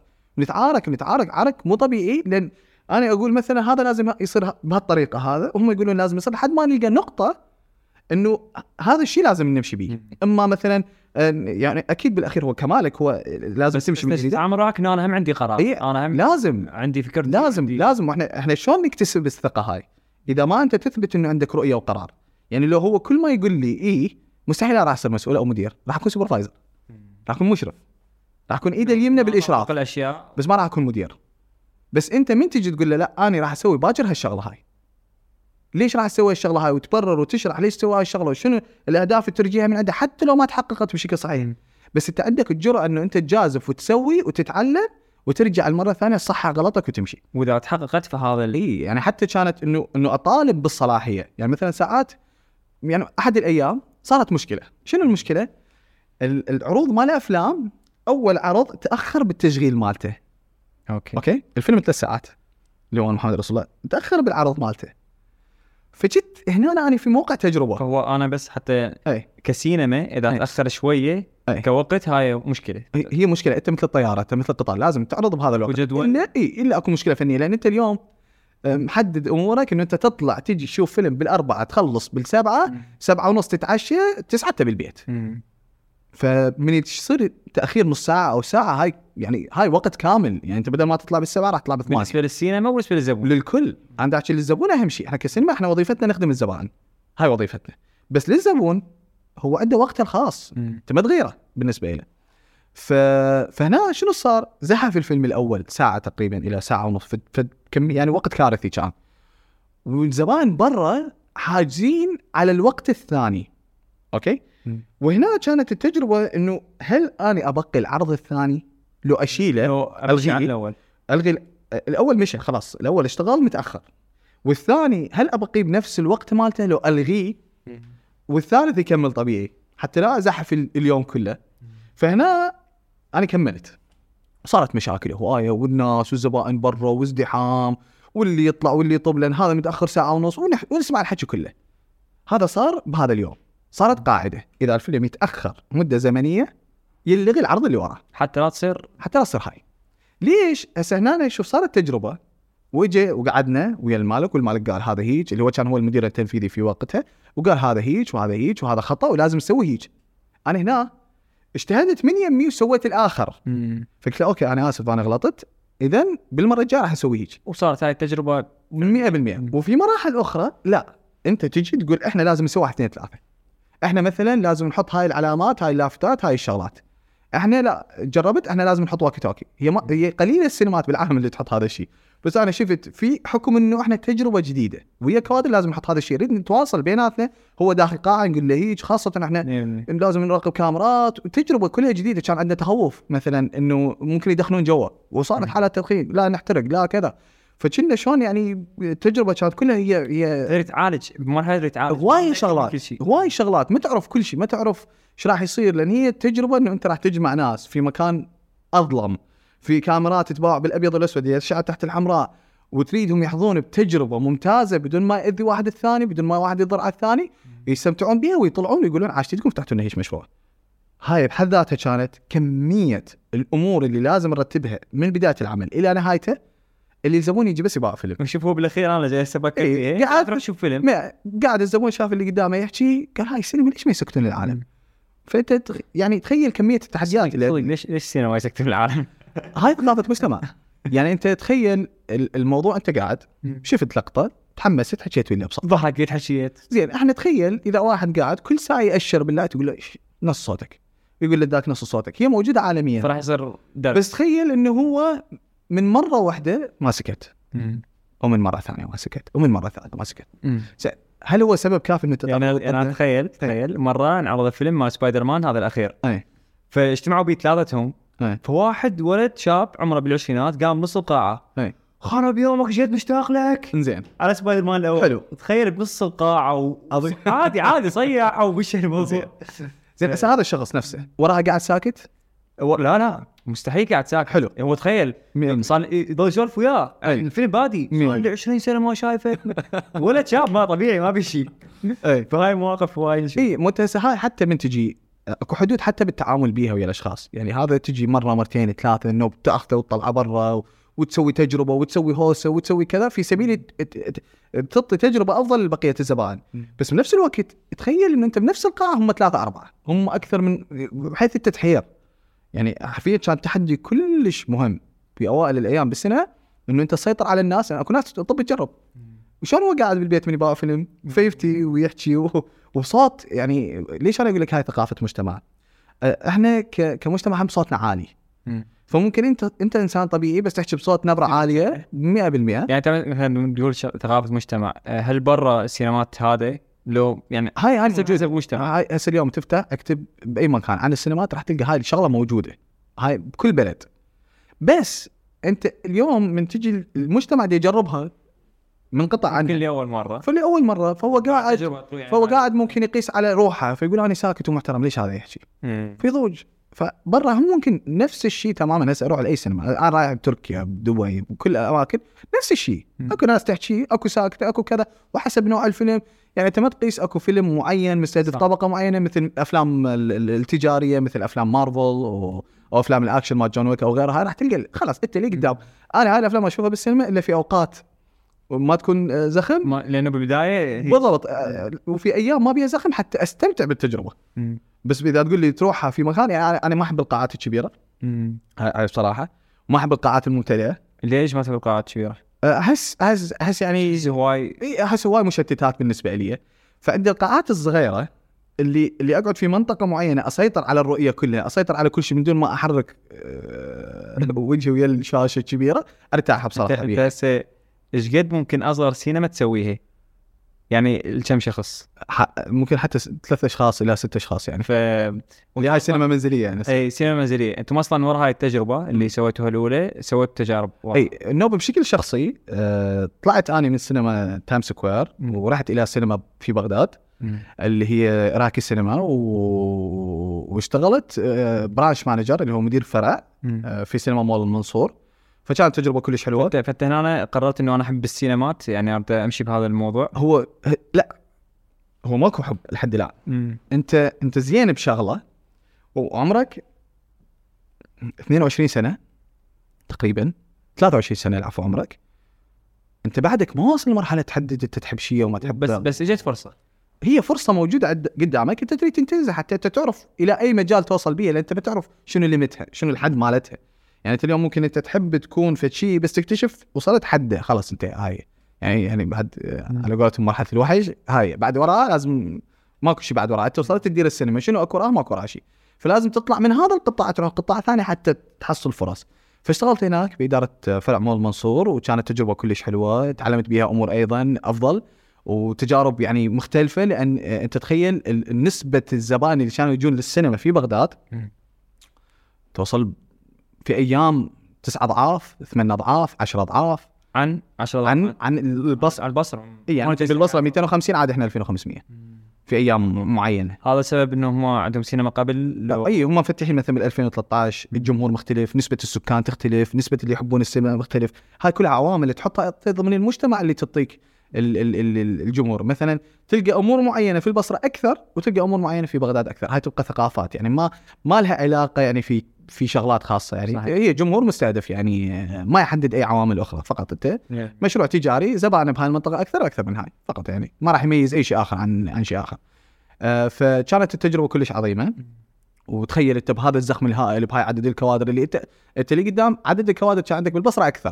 نتعارك عرك مو طبيعي. لان انا اقول مثلا هذا لازم يصير بهالطريقه هذا، وهم يقولون لازم يصير، لحد ما نلقى نقطه انه هذا الشيء لازم نمشي به. اما مثلا يعني اكيد بالاخير هو كمالك هو لازم تمشي من جديد. تعامل معك انه انا هم عندي قرار، انا هم لازم عندي فكر، لازم واحنا شلون نكتسب الثقه هاي اذا ما انت تثبت انه عندك رؤيه وقرار. يعني لو هو كل ما يقول لي مستحيل راح اصير مسؤول او مدير، راح اكون سوبرفايزر، راح اكون مشرف، راح اكون ايده اليمنى بالاشراف الاشياء، بس ما راح اكون مدير. بس انت من تجي تقول له لا انا راح اسوي باكر هالشغله هاي، ليش راح اسوي الشغله هاي وتبرر وتشرح ليش تسوي هاي الشغله وشنو الاهداف اللي ترجيها من عنده حتى لو ما تحققت بشكل صحيح. بس انت عندك الجرأة انه انت تجازف وتسوي وتتعلم وترجع المره الثانيه تصحح غلطك وتمشي. واذا تحققت فهذا اللي يعني حتى كانت انه اطالب بالصلاحيه. يعني مثلا ساعات يعني احد الايام صارت مشكله. شنو المشكله؟ العروض مال الافلام اول عرض تاخر بالتشغيل مالته. اوكي الفيلم 3 ساعات اللي هو محمد رسول الله تاخر بالعرض مالته. فجيت هنا انا في موقع تجربه. هو انا بس حتى كسينما اذا تاخر شويه كوقت هاي مشكله. هي مشكله. انت مثل الطياره، انت مثل القطار، لازم تعرض بهذا الوقت الا اكو مشكله فنيه. لان انت اليوم محدد امورك انه انت تطلع تيجي تشوف فيلم بال4 تخلص بال7 7:30 تتعشى 9 بالبيت. فمن يصير تاخير نص ساعه او ساعه هاي يعني هاي وقت كامل. يعني انت بدل ما تطلع بال7 راح تطلع ب8. بالنسبه للسينما وبالنسبه للزبون للكل. عندك للزبون اهم شيء. احنا كسينما احنا وظيفتنا نخدم الزبائن، هاي وظيفتنا. بس للزبون هو عنده وقته الخاص انت ما تغيره بالنسبه له. فهنا شنو صار؟ زحف الفيلم الاول ساعه تقريبا الى ساعه ونص، يعني وقت كارثي كان. والزبائن برا حاجزين على الوقت الثاني. اوكي وهنا كانت التجربه انه هل انا ابقي العرض الثاني لو اشيله الغي الاول مشى خلاص، الاول اشتغل متاخر، والثاني هل ابقيه بنفس الوقت مالته لو الغيه، والثالث يكمل طبيعي حتى لا ازحف اليوم كله. فهنا انا كملت. صارت مشاكل هوايه والناس والزبائن برا وازدحام واللي يطلع واللي يطب لان هذا متاخر ساعه ونص ونسمع الحكي كله. هذا صار بهذا اليوم. صارت قاعده اذا الفيلم يتاخر مده زمنيه يلغي العرض اللي وراه حتى لا تصير هاي. ليش؟ هسه هنا شوف صارت تجربه وجي وقعدنا ويا المالك، والمالك قال هذا هيك، اللي هو كان هو المدير التنفيذي في وقتها، وقال هذا هيك وهذا هيك وهذا خطأ ولازم نسوي هيك. انا هنا اجتهدت من يمي وسويت الاخر. فقلت له اوكي انا اسف انا غلطت، اذا بالمره الجايه راح اسوي هيك. وصارت هاي التجربه 100%. وفي مراحل اخرى لا، انت تجي تقول احنا لازم نسوي 1 2 3. احنا مثلا لازم نحط هاي العلامات، هاي اللافتات، هاي الشغلات. احنا لا جربت احنا لازم نحط واكي توكي. هي قليله السينمات بالعالم اللي تحط هذا الشيء، بس انا شفت في حكم انه احنا تجربه جديده ويا كوادر لازم نحط هذا الشيء. نريد نتواصل بيناتنا، هو داخل قاعه نقول له هيك، خاصه احنا لازم نراقب كاميرات وتجربه كلها جديده. كان عندنا تخوف مثلا انه ممكن يدخلون جوا وصارت حالات تدخين، لا نحترق لا كذا. فكنا شلون يعني التجربه كانت كلها هي غير تعالج بمرحله تعالج هواي شغلات ما تعرف كل شيء، ما تعرف ايش راح يصير، لان هي التجربه انه انت راح تجمع ناس في مكان اظلم، في كاميرات تتباع بالابيض والاسود، هي الاشعه تحت الحمراء، وتريدهم يحظون بتجربه ممتازه بدون ما يأذي واحد الثاني، بدون ما واحد يضر على الثاني، يستمتعون بها ويطلعون ويقولون عاشتكم فتحتوا لنا هيش مشروع. هاي بحد ذاتها كانت كميه الامور اللي لازم نرتبها من بدايه العمل الى نهايته، اللي الزبون يجي بس يبغى فيلم. وشوف هو بالاخير انا جاي افكر فيه قاعد تروح تشوف فيلم، قاعد الزبون شاف اللي قدامه يحكي قال هاي السينما ليش ما يسكتون العالم؟ فانت يعني تخيل كميه التحديات ليش السينما يسكتون العالم؟ هاي ثقافه مجتمع. يعني انت تخيل الموضوع، انت قاعد شفت لقطه تحمست حكيت ولا بصوت ضحكت حكيت زين، احنا تخيل اذا واحد قاعد كل ساعه يأشر بالله تقول له نص صوتك، يقول لك ذاك نص صوتك، هي موجوده عالميا فراح يصير درس. بس تخيل انه هو من مره واحده ما سكت، ومن مره ثانيه ما سكت، ومن مره ثالثه ما سكت. هل هو سبب كافي انه يعني انا تخيل مره انعرض فيلم مال سبايدر مان هذا الاخير، فاجتمعوا بيه ثلاثتهم، فواحد ولد شاب عمره بالعشرينات قام نص القاعه خرب يومك جيت مشتاق لك زين على سبايدر مان الاول. حلو. تخيل بنص القاعه عادي صيح وبشر الموضوع. زين بس هذا الشخص نفسه وراها قاعد ساكت؟ لا مستحيل قاعد ساكت. حلو. هو تخيل صار يضل يسولف وياه الفيلم بادي صار له 20 سنه ما شايفه ولا شاب ما طبيعي ما بيشي. فهاي مواقف وايد هاي حتى من تجي اكو حدود حتى بالتعامل بيها ويا الاشخاص، يعني هذا تجي مره مرتين ثلاثه انه بتاخذه وتطلع برا وتسوي تجربه وتسوي هوسه وتسوي كذا في سبيل تعطي تجربه افضل لبقيه الزبائن. بس بنفس الوقت تخيل ان انت بنفس القاعه هم 3-4 هم اكثر من، بحيث التدحير يعني حرفيا كان تحدي كلش مهم في اوائل الايام بالسنه انه انت تسيطر على الناس. يعني اكو ناس طب تجرب وشلون هو قاعد بالبيت من يبغى فيلم فيفتي ويحكي وصوت. يعني ليش انا اقول لك هاي ثقافه مجتمع؟ احنا كمجتمع هم صوتنا عالي، فممكن انت انسان طبيعي بس تحكي بصوت نبره عاليه 100%. يعني انت نقول ثقافه مجتمع، هل برا السينمات هذا لو يعني هاي جزء مجتمع؟ هاي هسه اليوم تفتح اكتب باي مكان عن السينمات راح تلقى هاي الشغله موجوده، هاي بكل بلد. بس انت اليوم من تجي المجتمع دي يجربها من قطع عنها كل اول مره فهو قاعد ممكن يقيس على روحه فيقول انا ساكت ومحترم ليش هذا يحكي في ضوج. فبرا هم ممكن نفس الشيء تماما. هسه اروح لاي سينما انا رايح بتركيا بدبي بكل الاماكن نفس الشيء، اكو ناس تحكي اكو ساكته اكو كذا وحسب نوع الفيلم. يعني انت ما تقيس اكو فيلم معين مستهدف طبقه معينه مثل الافلام التجاريه مثل افلام مارفل او افلام الاكشن مال جون ويك او غيرها. راح تلقى خلاص انت اللي قدام. انا هاي الافلام اشوفها بالسينما الا في اوقات وما تكون زخم لانه بالبدايه بالضبط وفي ايام ما بيها زخم حتى استمتع بالتجربه. بس اذا تقول لي تروحها في مكان، يعني انا ما احب القاعات الكبيره هاي بصراحه، وما احب القاعات الممتلئه. ليش ما تحب القاعات الكبيره؟ احس يعني احس هواي مشتتات بالنسبه لي. فعندي القاعات الصغيره اللي اقعد في منطقه معينه اسيطر على الرؤيه كلها، اسيطر على كل شيء من دون ما احرك وجهي ويا الشاشه الكبيره، ارتاح بصراحه بيها. بس ايش قد ممكن اصغر سينما تسويها؟ يعني كم شخص؟ ممكن حتى 3 أشخاص الى 6 أشخاص يعني. واللي هاي سينما منزليه يعني. اي سينما منزليه. انتم اصلا ورا هاي التجربه اللي سويتوها الاولى سويت تجارب اي النوبه بشكل شخصي. طلعت اني من السينما تايم سكوير ورحت الى سينما في بغداد اللي هي راكي سينما واشتغلت برانش مانجر اللي هو مدير فرع في سينما مول المنصور. فكانت تجربة كلش حلوة. فانت هنا قررت انه انا احب السينمات، يعني ابدا امشي بهذا الموضوع. لا هو ماكو حب لحد الان. انت زين بشغله وعمرك 22 سنة تقريبا 23 سنة العفو عمرك، انت بعدك ما واصل لمرحلة تحدد انت تحب شيء وما تحب. بس اجت فرصة، هي فرصة موجودة قدامك، انت تريد تنتزع حتى انت تعرف الى اي مجال توصل بيه، لان انت بتعرف شنو ليمتها شنو الحد مالتها. يعني انت اليوم ممكن انت تحب تكون في شيء بس تكتشف وصلت حده خلاص انت هاي يعني بعد على قولتهم مرحله الوحش هاي بعد وراها لازم ماكو شيء بعد وراها. انت وصلت تدير السينما شنو اكو وراها ماكو وراها شيء، فلازم تطلع من هذا القطاع تروح قطاع ثاني حتى تحصل فرص. فاشتغلت هناك باداره فرع مول المنصور وكانت تجربه كلش حلوه، تعلمت بها امور ايضا افضل وتجارب يعني مختلفه. لان انت تخيل نسبه الزبائن اللي كانوا يجون للسينما في بغداد توصل في أيام 9 أضعاف 8 أضعاف 10 أضعاف. عن 10 عن البصره. على البصره يعني بالبصره 250 عاد احنا 2500 في ايام معينه. هذا السبب انهم ما عندهم سينما قبل هم مفتحين مثلا بال 2013 الجمهور مختلف، نسبه السكان تختلف، نسبه اللي يحبون السينما مختلف. هاي كلها عوامل تحطها ضمن المجتمع اللي تعطيك الجمهور. مثلا تلقى امور معينه في البصره اكثر وتلقى امور معينه في بغداد اكثر. هاي تبقى ثقافات يعني ما لها علاقه يعني في شغلات خاصه يعني. صحيح. هي جمهور مستهدف يعني ما يحدد اي عوامل اخرى، فقط انت مشروع تجاري زبائن بهاي المنطقه اكثر من هاي فقط يعني، ما راح يميز اي شيء اخر عن شيء اخر. فكانت التجربه كلش عظيمه. وتخيل انت بهذا الزخم الهائل بهاي عدد الكوادر اللي انت اللي قدام، عدد الكوادر كان عندك بالبصره اكثر.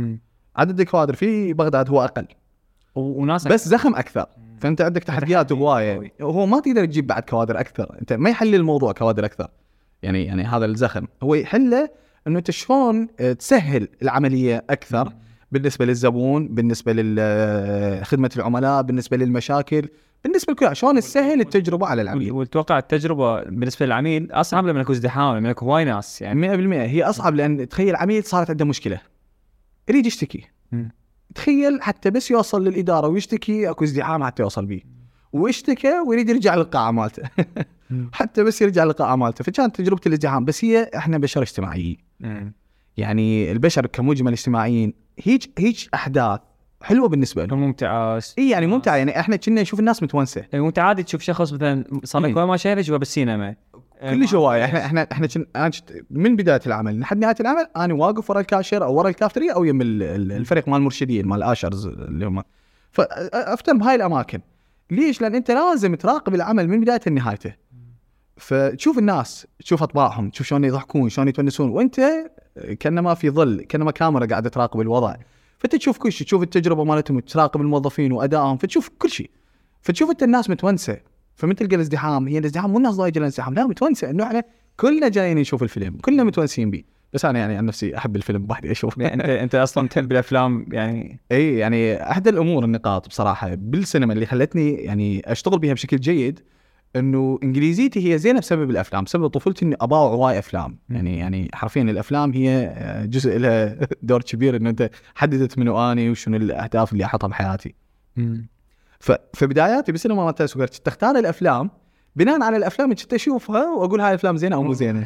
عدد الكوادر في بغداد هو اقل وناس بس زخم اكثر. فانت عندك تحديات هوايه، وهو ما تقدر تجيب بعد كوادر اكثر. انت ما يحل الموضوع كوادر اكثر يعني هذا الزخم هو يحله انه انت شلون تسهل العمليه اكثر بالنسبه للزبون، بالنسبه لخدمه العملاء، بالنسبه للمشاكل، بالنسبه لكل شلون تسهل التجربه على العميل. وتوقع التجربه بالنسبه للعميل اصعب لما يكون ازدحام، لما يكون هواي ناس يعني 100% هي اصعب. لان تخيل عميل صارت عنده مشكله يريد يشتكي، تخيل حتى بس يوصل للاداره ويشتكي اكو ازدحام حتى يوصل بيه، واشتكى ويريد يرجع للقاعه مالته حتى بس يرجع للقاعه مالته. فكانت تجربه الازدحام. بس هي احنا بشر اجتماعيين يعني البشر كمجمل اجتماعيين، هيج احداث حلوه بالنسبه لهم، ممتعه. يعني ممتعه يعني احنا كنا نشوف الناس متونسه. وانت عادي تشوف شخص مثلا صار لك ما شايفه جوا بالسينما كل شويه. احنا من بدايه العمل لحد نهايه العمل انا واقف ورا الكاشير او ورا الكافتريا او يم الفريق مال المرشدين مال الاشرز اللي هم، فافتن بهاي الاماكن. ليش؟ لان انت لازم تراقب العمل من بدايه لنهايته، فتشوف الناس، تشوف اطباعهم، تشوف شلون يضحكون، شلون يتونسون، وانت كانما في ظل، كانما كاميرا قاعده تراقب الوضع. فتشوف كل شيء، تشوف التجربه مالتهم، تراقب الموظفين وادائهم، فتشوف كل شيء، فتشوف انت الناس متونسه. فمن تلقى الازدحام، هي الازدحام مو الناس ضايجه الازدحام، لا متونسه انه احنا كلنا جايين نشوف الفيلم، كلنا متونسين بيه. بس انا يعني عن نفسي احب الفيلم بحدي اشوف. انت اصلا تحب الافلام يعني؟ اي يعني احد الامور النقاط بصراحه بالسينما اللي خلتني يعني اشتغل بها بشكل جيد انه انجليزيتي هي زينه بسبب الافلام، بسبب طفولتي اني اباوع هواي افلام. يعني حرفيا الافلام هي جزء لها دور كبير انه انت حددت منو اني وشنو الاهداف اللي احطها بحياتي. فبداياتي بالسينما ما كنت تختار الافلام بناء على الافلام اللي كنت اشوفها واقول هاي الافلام زينه او مو زينه.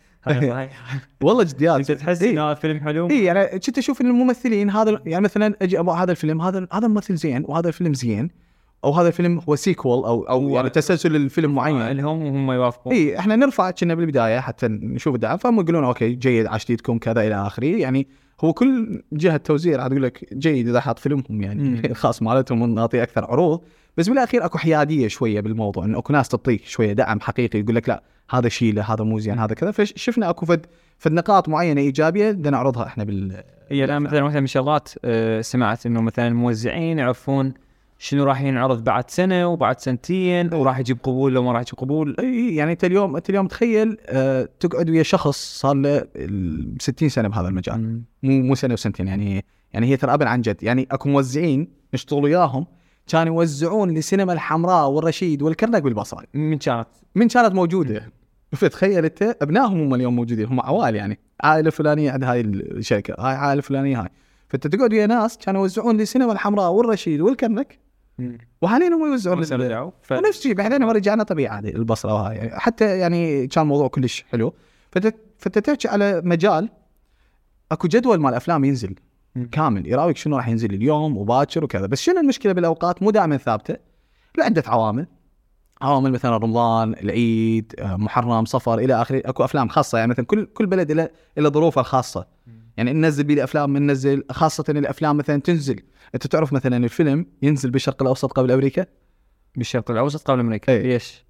والله جديات. انت تحس انه فيلم حلو؟ اي يعني كنت اشوف الممثلين هذا، يعني مثلا اجي ابغى هذا الفيلم، هذا الممثل زين وهذا الفيلم زين، او هذا الفيلم هو سيكول او يعني تسلسل الفيلم معين اللي هم يوافقون. اي احنا نرفع كنا بالبدايه حتى نشوف الدعم، فهم يقولون اوكي جيد عشتيتكم كذا الى اخره. يعني هو كل جهه توزيع راح تقول لك جيد اذا حاط فيلمهم يعني الخاص مالتهم نعطي اكثر عروض. بس بالاخير اكو حياديه شويه بالموضوع، انه اكو ناس تعطيك شويه دعم حقيقي، يقول لك لا هذا شيء هذا مو زين هذا كذا. فشفنا اكو فد نقاط معينه ايجابيه بدنا نعرضها احنا هي الان مثلا من شغلات سمعت انه مثلا الموزعين يعرفون شنو راح ينعرض بعد سنه وبعد سنتين، وراح يجيب قبول لو ما راح يجيب قبول. يعني انت اليوم تخيل تقعد ويا شخص صار له 60 سنه بهذا المجال، مو سنه وسنتين يعني هي ترى ابا عن جد. يعني اكو موزعين نشتغل وياهم كانوا يوزعون لسينما الحمراء والرشيد والكرنك بالبصره من كانت موجوده. فتخيل انت ابنائهم هم اليوم موجودين، هم عوائل يعني عائله فلانيه عند هاي الشركه، هاي عائله فلانيه هاي. فانت تقعد ويا ناس كانوا يوزعون لسينما الحمراء والرشيد والكرنك، وحاليا هم يوزعون ونفس الشيء. بعدين ما رجعنا طبيعي عادي البصره وهاي يعني حتى يعني كان موضوع كلش حلو. فانت تحكي على مجال اكو جدول مال افلام ينزل كامل يراويك شنو راح ينزل اليوم وباكر وكذا. بس شنو المشكله بالاوقات مو دائما ثابته لعده عوامل مثلا رمضان، العيد، محرم، صفر الى اخره. اكو افلام خاصه يعني مثلا كل بلد له ظروفه الخاصه. يعني ننزل بيه الافلام، ننزل خاصه الافلام مثلا تنزل. انت تعرف مثلا الفيلم ينزل بالشرق الاوسط قبل امريكا. بالشرق الاوسط قبل امريكا ليش؟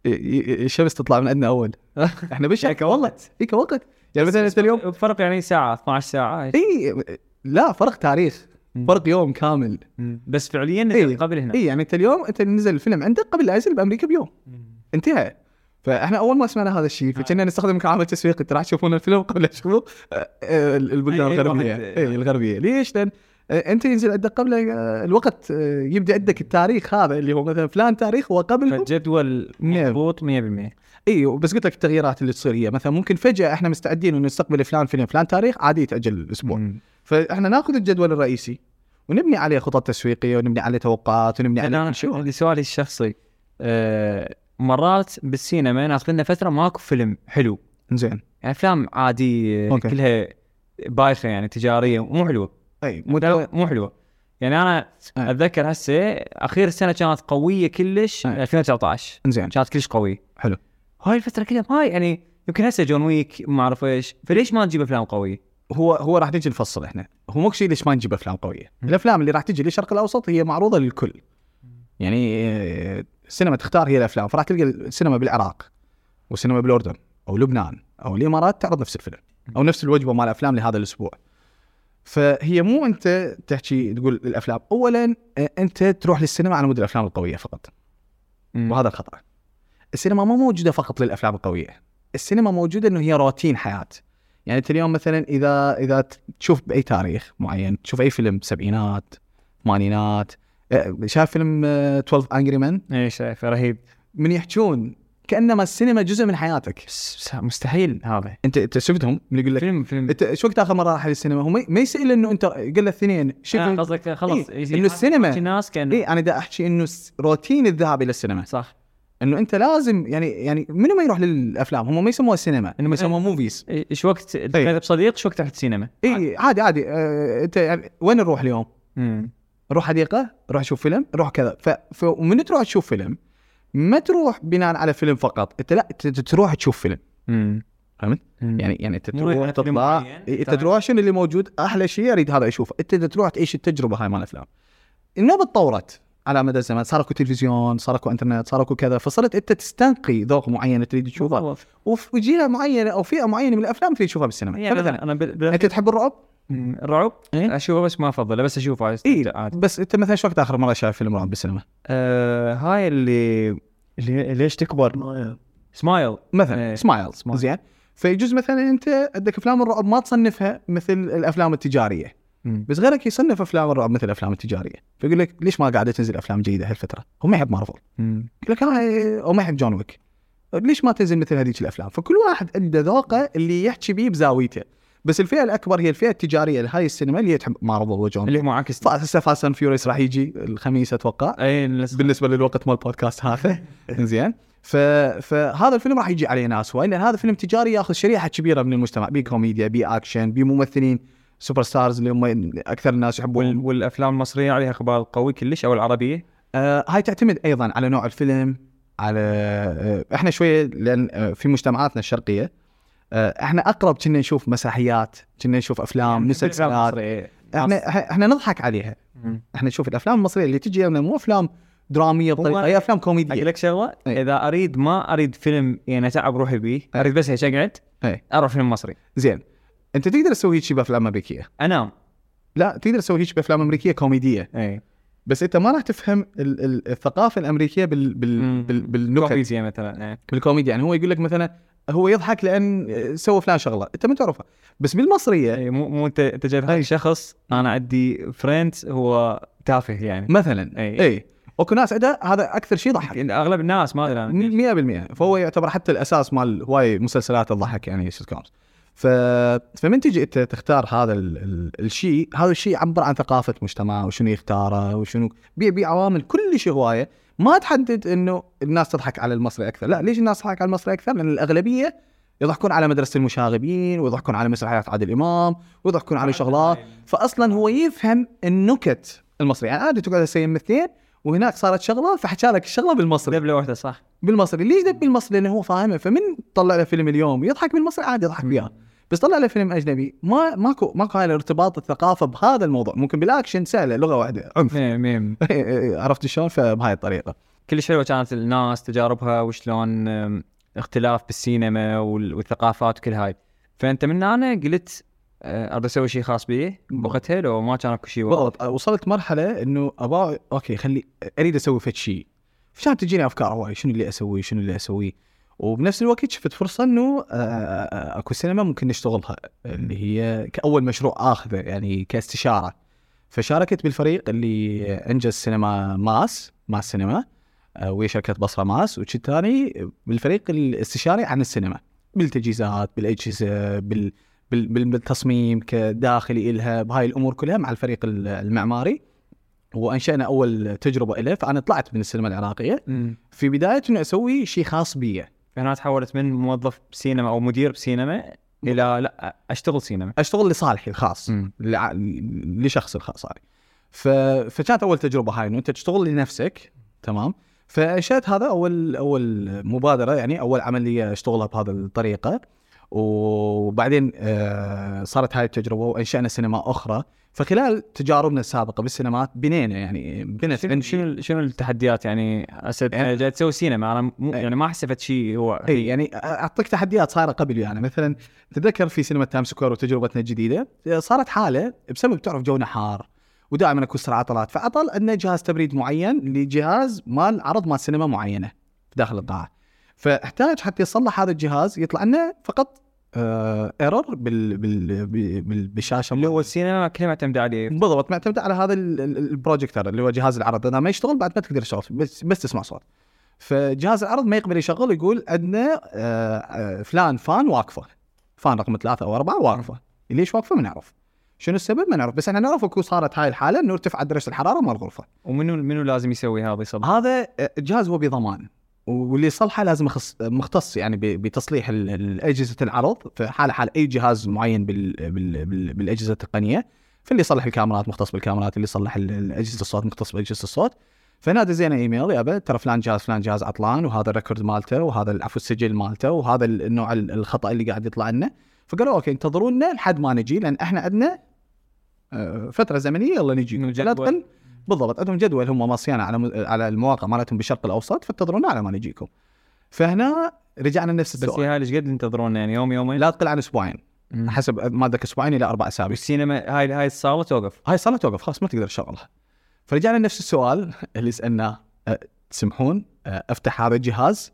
الشمس تطلع من عندنا اول. احنا بالشرق والله هيك وقت. يعني مثلا انت اليوم فرق يعني ساعه 12 ساعه. اي لا فرق تاريخ، فرق يوم كامل. بس فعليا قبل هنا يعني انت اليوم انت نزل الفيلم عندك قبل لا ينزل بامريكا بيوم. انتهى. فاحنا اول ما سمعنا هذا الشيء فكنا نستخدم كعامل تسويقي. انت راح تشوفون الفيلم قبل لا تشوفوا البلدان الغربيه. الغربيه ليش؟ لان انت ينزل عندك قبل الوقت، يبدا عندك التاريخ هذا اللي هو مثلا فلان تاريخ وقبل الجدول مضبوط 100%. بس قلت لك التغييرات اللي تصير هي مثلا ممكن فجاه احنا مستعدين انه نستقبل فلان فيلم فلان تاريخ عادي يتاجل الاسبوع. فاحنا ناخذ الجدول الرئيسي ونبني عليه خطط تسويقيه ونبني عليه توقعات ونبني عليه انا عندي سؤالي الشخصي، مرات بالسينما ناخذ لنا فتره ماكو فيلم حلو، زين يعني افلام عاديه أوكي. كلها بايخه يعني تجاريه مو حلوه، اي مو حلوه. يعني انا اتذكر هسه اخير السنه كانت قويه كلش، 2019 زين كانت كلش قويه. حلو. هاي الفتره كلها هاي يعني يمكن هسه جون ويك ما اعرف ايش، فليش ما نجيب افلام قويه؟ هو راح نجي نفصل احنا، هو مو شيء ليش ما نجيب افلام قويه. الافلام اللي راح تجي للشرق الاوسط هي معروضه للكل، يعني السينما تختار هي الافلام، فراح تلقى السينما بالعراق والسينما بالاردن او لبنان او الامارات تعرض نفس الفيلم او نفس الوجبه مال الافلام لهذا الاسبوع. فهي مو انت تحكي تقول الافلام، اولا انت تروح للسينما على مود الافلام القويه فقط، وهذا الخطا. السينما ما موجوده فقط للافلام القويه، السينما موجوده انه هي روتين حياه. يعني انت اليوم مثلا اذا تشوف باي تاريخ معين، تشوف اي فيلم سبعينات ثمانينات، شايف فيلم 12 انجري مان؟ اي شايف رهيب. من يحجون كانما السينما جزء من حياتك. مستحيل هذا. انت شفتهم من يقول لك فيلم انت شو وقت اخر مره راح للسينما؟ هو ما يسال انه انت قال له الاثنين شوف قصدك خلص انه السينما الناس كانوا انا دا احكي انه روتين الذهاب الى السينما صح، انه انت لازم يعني منو ما يروح للافلام، هم ما يسموها السينما، انما يسموها موفيز. ايش وقت تذهب بصديق، ايش وقت تروح السينما؟ اي عادي انت يعني وين نروح اليوم؟ نروح حديقه، نروح نشوف فيلم، نروح كذا. ومن تروح تشوف فيلم ما تروح بناء على فيلم فقط، انت لا تروح تشوف فيلم. فهمت؟ يعني انت تروح تطلع، انت تروح شنو اللي موجود، احلى شيء اريد هذا اشوفه. انت تروح تعيش التجربه هاي مال الافلام. النوبه تطورت على مدى الزمن، صار اكو تلفزيون، صار اكو انترنت، صار اكو كذا، فصرت انت تستنقي ذوق معين تريد تشوفه، وفي جهه معينه او فئه معينه من الافلام تريد تشوفها بالسينما. يعني مثلا انت تحب الرعب؟ إيه؟ اشوفه بس ما افضله، بس اشوفه عادي. إيه؟ بس انت مثلا شو وقت اخر مره شايف فيلم رعب بالسينما؟ هاي اللي ليش تكبر سمايل مثلا. سمايل زين. فيجوز مثلا انت عندك افلام الرعب ما تصنفها مثل الافلام التجاريه، بس غيرك يصنف افلام الرعب مثل الافلام التجاريه، فيقول لك ليش ما قاعده تنزل افلام جيده هالفتره؟ هو ما يحب مارفل، يقول لك او ما يحب جون ويك، ليش ما تنزل مثل هذيك الافلام؟ فكل واحد عنده ذوقه اللي يحكي بيه بزاويته. بس الفئه الاكبر هي الفئه التجاريه لهاي السينما اللي تحب مارفل وجون اللي معاكس. فاست اند فيوريوس راح يجي الخميس اتوقع، بالنسبه للوقت مال البودكاست هذا. زين. فهذا الفيلم راح يجي عليه ناس وايد، لان هذا فيلم تجاري ياخذ شريحه كبيره من المجتمع، بي كوميديا، بي اكشن، بي ممثلين سوبر ستارز اللي هم اكثر الناس يحبون. والافلام المصريه عليها اقبال قوي كلش او العربيه؟ هاي تعتمد ايضا على نوع الفيلم، على احنا شويه لان في مجتمعاتنا الشرقيه احنا اقرب كنا نشوف مسرحيات، كنا نشوف افلام مسلسلات، احنا نضحك عليها. احنا نشوف الافلام المصريه اللي تجي مو افلام دراميه بطريقه، هي افلام كوميديه. اقول لك شغله، اذا اريد ما اريد فيلم يعني اتعب روحي بيه، اريد بس هيك اقعد اروح فيلم مصري. زين. انت تقدر تسوي هيك بافلام امريكيه؟ انام. لا، تقدر تسوي هيك بافلام امريكيه كوميديه. بس انت ما راح تفهم الثقافه الامريكيه بالنكت كوميديا مثلا. بالكوميديا يعني هو يقول لك مثلا هو يضحك لان سوى فلان شغله انت ما تعرفها. بس بالمصريه مو انت جايب شخص انا عندي فريندز هو تافه يعني مثلا. اي اكو ناس عندها هذا اكثر شيء ضحك، اغلب الناس ما ادري 100%. فهو يعتبر حتى الاساس مال هواي مسلسلات الضحك يعني سيت كومز. فمن تجي انت تختار هذا الشيء، هذا الشيء يعبر عن ثقافه مجتمع وشنو يختاره وشنو بعوامل كل شيء هوايه. ما تحدد انه الناس تضحك على المصري اكثر، لا، ليش الناس تضحك على المصري اكثر؟ لان الاغلبيه يضحكون على مدرسه المشاغبين، ويضحكون على مسرحيات عادل امام، ويضحكون على شغلات. فاصلا هو يفهم النكت المصري. يعني عادي تقعد تسوي مثلين وهناك صارت شغله فحكى لك الشغله بالمصري دبله واحده صح بالمصري. ليش دب بالمصري؟ لانه هو فاهمه. فمن طلع له فيلم اليوم يضحك بالمصري عادي يضحك وياه، بس طلع له فيلم اجنبي ماكو هاي الارتباط الثقافه بهذا الموضوع. ممكن بالاكشن سهله، لغه واحده عنف عرفت شلون؟ فبهاي الطريقه كلش حلوه كانت الناس تجاربها وشلون اختلاف بالسينما والثقافات وكل هاي. فانت من هنا قلت اريد اسوي شيء خاص بيه بوقتها لو ما كان اكو شيء. بالضبط. وصلت مرحله انه ابغى اوكي خلي اريد اسوي فد شيء، فكانت تجيني افكار هواي شنو اللي اسويه. وبنفس الوقت شفت فرصه انه اكو سينما ممكن نشتغلها، اللي هي كاول مشروع اخذه يعني كاستشاره. فشاركت بالفريق اللي انجز سينما ماس سينما، وهي شركه بصره ماس، والثاني بالفريق الاستشاري عن السينما بالتجهيزات، بالاجهزه، بالتصميم كداخلي إلها بهاي الأمور كلها مع الفريق المعماري، وأنشأنا أول تجربة إله. فأنا طلعت من السينما العراقية في بداية إنه أسوي شيء خاص بي. أنا تحولت من موظف بسينما أو مدير بسينما إلى لا أشتغل سينما، أشتغل لصالحي الخاص، لشخص الخاص هاي. فكانت أول تجربة هاي إنه أنت تشتغل لنفسك، تمام. فأنشأت هذا أول مبادرة، يعني أول عملية أشتغلها بهذا الطريقة. وبعدين صارت هاي التجربة وأنشأنا سينما أخرى. فخلال تجاربنا السابقة بالسينمات بنينا يعني شنو التحديات يعني جاي تسوي سينما؟ أنا يعني ما حسبت شيء هو يعني أعطيك تحديات صايرة قبل. يعني مثلا تذكر في سينما تايم سكوير وتجربتنا الجديدة صارت حالة بسبب تعرف جونا حار ودائما اكو عطلات، فعطل عندنا جهاز تبريد معين لجهاز مال عرض مال سينما معينة داخل القاعة. فاحتاج حتى يصلح هذا الجهاز يطلع لنا فقط ايرور بالشاشه اللي هو السينما كلها معتمده عليه. بالضبط، معتمده على هذا البروجيكتور اللي هو جهاز العرض. اذا ما يشتغل بعد ما تقدر تشغل بس تسمع صوت. فجهاز العرض ما يقبل يشغل، يقول عندنا فلان فان واقفه، فان رقم 3 أو 4 واقفه. ليش واقفه ما نعرف، شنو السبب ما نعرف، بس احنا نعرف اكو صارت هاي الحاله انه ارتفعت درجه الحراره مال الغرفه. ومنو لازم يسوي هذا؟ يصلح هذا الجهاز هو بضمان، واللي يصلحه لازم مختص يعني بتصليح الأجهزة العرض في حال أي جهاز معين بالأجهزة التقنية. فاللي يصلح الكاميرات مختص بالكاميرات، اللي يصلح أجهزة الصوت مختص بأجهزة الصوت. فنادى زينا إيميل يابا ترى فلان جهاز عطلان، وهذا الريكورد مالته، وهذا السجل مالته، وهذا النوع الخطأ اللي قاعد يطلع لنا. فقالوا أوكي انتظرونا لحد ما نجي، لأن إحنا عندنا فترة زمنية يلا نجي. لا تقل بالضبط، عندهم جدول هم مصيانة على المواقع مالتهم بالشرق الأوسط، فانتظرونا على ما نجيكم. فهنا رجعنا نفس السؤال. بس هاي ليش قد انتظرونا؟ يعني يومين؟ لا تقل عن أسبوعين حسب ما ذاك، أسبوعين إلى 4 أسابيع. السينما هاي الصالة توقف، خلاص ما تقدر تشغلها. فرجعنا نفس السؤال اللي سألناه، تسمحون أفتح هذا الجهاز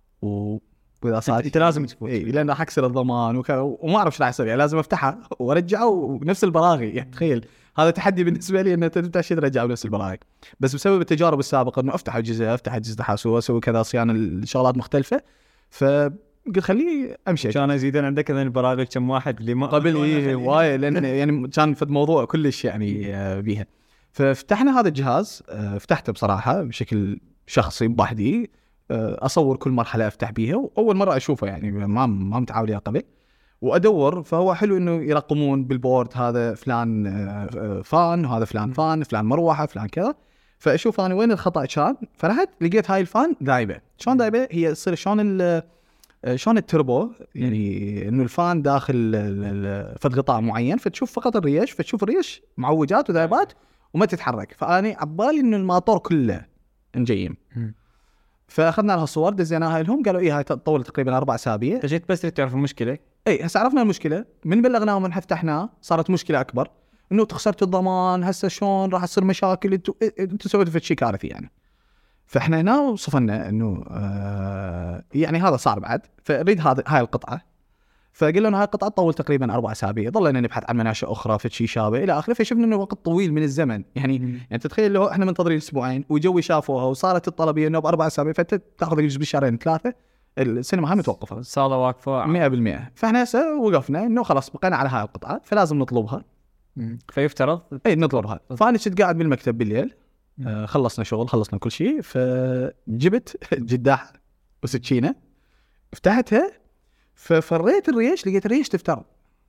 وإذا صار أنت لازم تفوت لأن راح أكسر الضمان وما أعرف شو راح أسوي، يعني لازم أفتحه وأرجعه ونفس البراغي. يعني تخيل هذا تحدي بالنسبة لي، أن تفتح شيء ترجعه بنفس البراغي. بس بسبب التجارب السابقة أنه أفتح أجهزة حاسوب، أسوي كذا صيانة الشغلات مختلفة، فقلت خليه أمشي. كان يزيدون عندك كذا البراغي كم واحد اللي ما قبل وايد، لأن يعني كان في الموضوع كلش يعني بيها. ففتحنا هذا الجهاز، فتحته بصراحة بشكل شخصي بوحدي، أصور كل مرحلة أفتح بيها، وأول مرة أشوفه يعني ما متعود عليه قبل، وأدور. فهو حلو إنه يرقمون بالبورد هذا فلان فان، وهذا فلان مروحة، فلان كذا. فأشوف أنا وين الخطأ كان. فرحت لقيت هاي الفان دايبة. شلون دايبة؟ هي تصير شلون التربو، يعني إنه الفان داخل فد غطاء معين، فتشوف فقط الريش، فتشوف الريش معوجات ودايبات وما تتحرك. فأنا عبالي إنه الماطور كله نجيم. فاخذنا لها صور دزيناها لهم، قالوا هاي تطول تقريبا 4 أسابيع. جيت بس تعرف المشكله. هسه عرفنا المشكله، من بلغناهم من فتحناه صارت مشكله اكبر، انه خسرت الضمان، هسه شلون راح تصير مشاكل، انتوا سويتوا في شيء كارثي يعني. فاحنا هنا وصفنا انه يعني هذا صار بعد، فاريد هاي القطعه. فقلنا لنا هاي القطعه تطول تقريبا 4 أسابيع. ضلينا نبحث عن مناشئ اخرى في شيء شابه الى اخره. فشفنا انه وقت طويل من الزمن يعني تتخيل لو احنا منتظرين اسبوعين وجوي شافوها وصارت الطلبيه انه ب4 أسابيع، فانت تاخذ يجوز بالشهرين 3 السينما هاي متوقفه، صاله واقفه 100%. فاحنا هسه وقفنا انه خلاص بقينا على هاي القطعه، فلازم نطلبها. فيفترض نطلبها. فانا كنت قاعد بالمكتب بالليل، خلصنا شغل، خلصنا كل شيء، فجبت جداح وسكينه، فتحتها، ففريت الريش، لقيت الريش تفتر،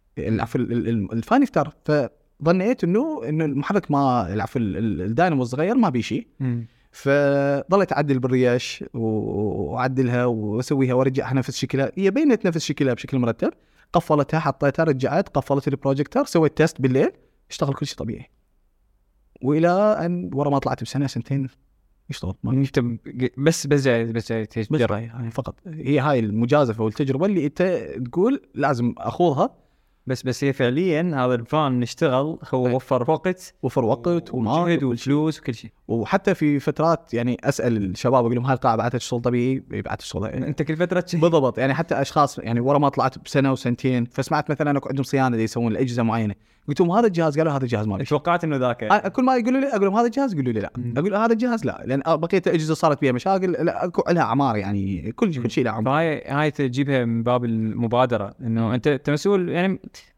الفان يفتر. فظنيت انه المحرك ما العفو الداينامو الصغير ما بيشي. فضلت اعدل بالريش واعدلها واسويها وارجعها نفس شكلها. هي بينت نفس شكلها بشكل مرتب، قفلتها، حطيتها، رجعت، قفلت البروجيكتور، سويت تيست بالليل، اشتغل كل شيء طبيعي. والى ان ورا ما طلعت بسنه سنتين يشتغل. بس تجربه فقط. هي هاي المجازفه والتجربه اللي انت تقول لازم اخوضها. بس هي فعليا هذا الفان نشتغل، هو وفر وقت ومجهود وفلوس وكل شيء. وحتى في فترات يعني اسال الشباب اقول لهم هاي القاعه بعتها تشتغل طبيعي، بعتها تشتغل انت كل فتره بالضبط. يعني حتى اشخاص يعني ورا ما طلعت بسنه وسنتين، فسمعت مثلا انه عندهم صيانه يسوون الاجهزه معينه، قلت لهم هذا الجهاز، قالوا هذا الجهاز ما توقعت انه ذاك. كل ما يقولوا لي اقول لهم هذا الجهاز، يقولوا لي لا. اقول هذا الجهاز لا، لان بقيه الاجهزه صارت بها مشاكل، لا اكو لها اعمار، يعني كل شيء له عمر. هاي تجيبها من باب المبادره، انه انت مسؤول يعني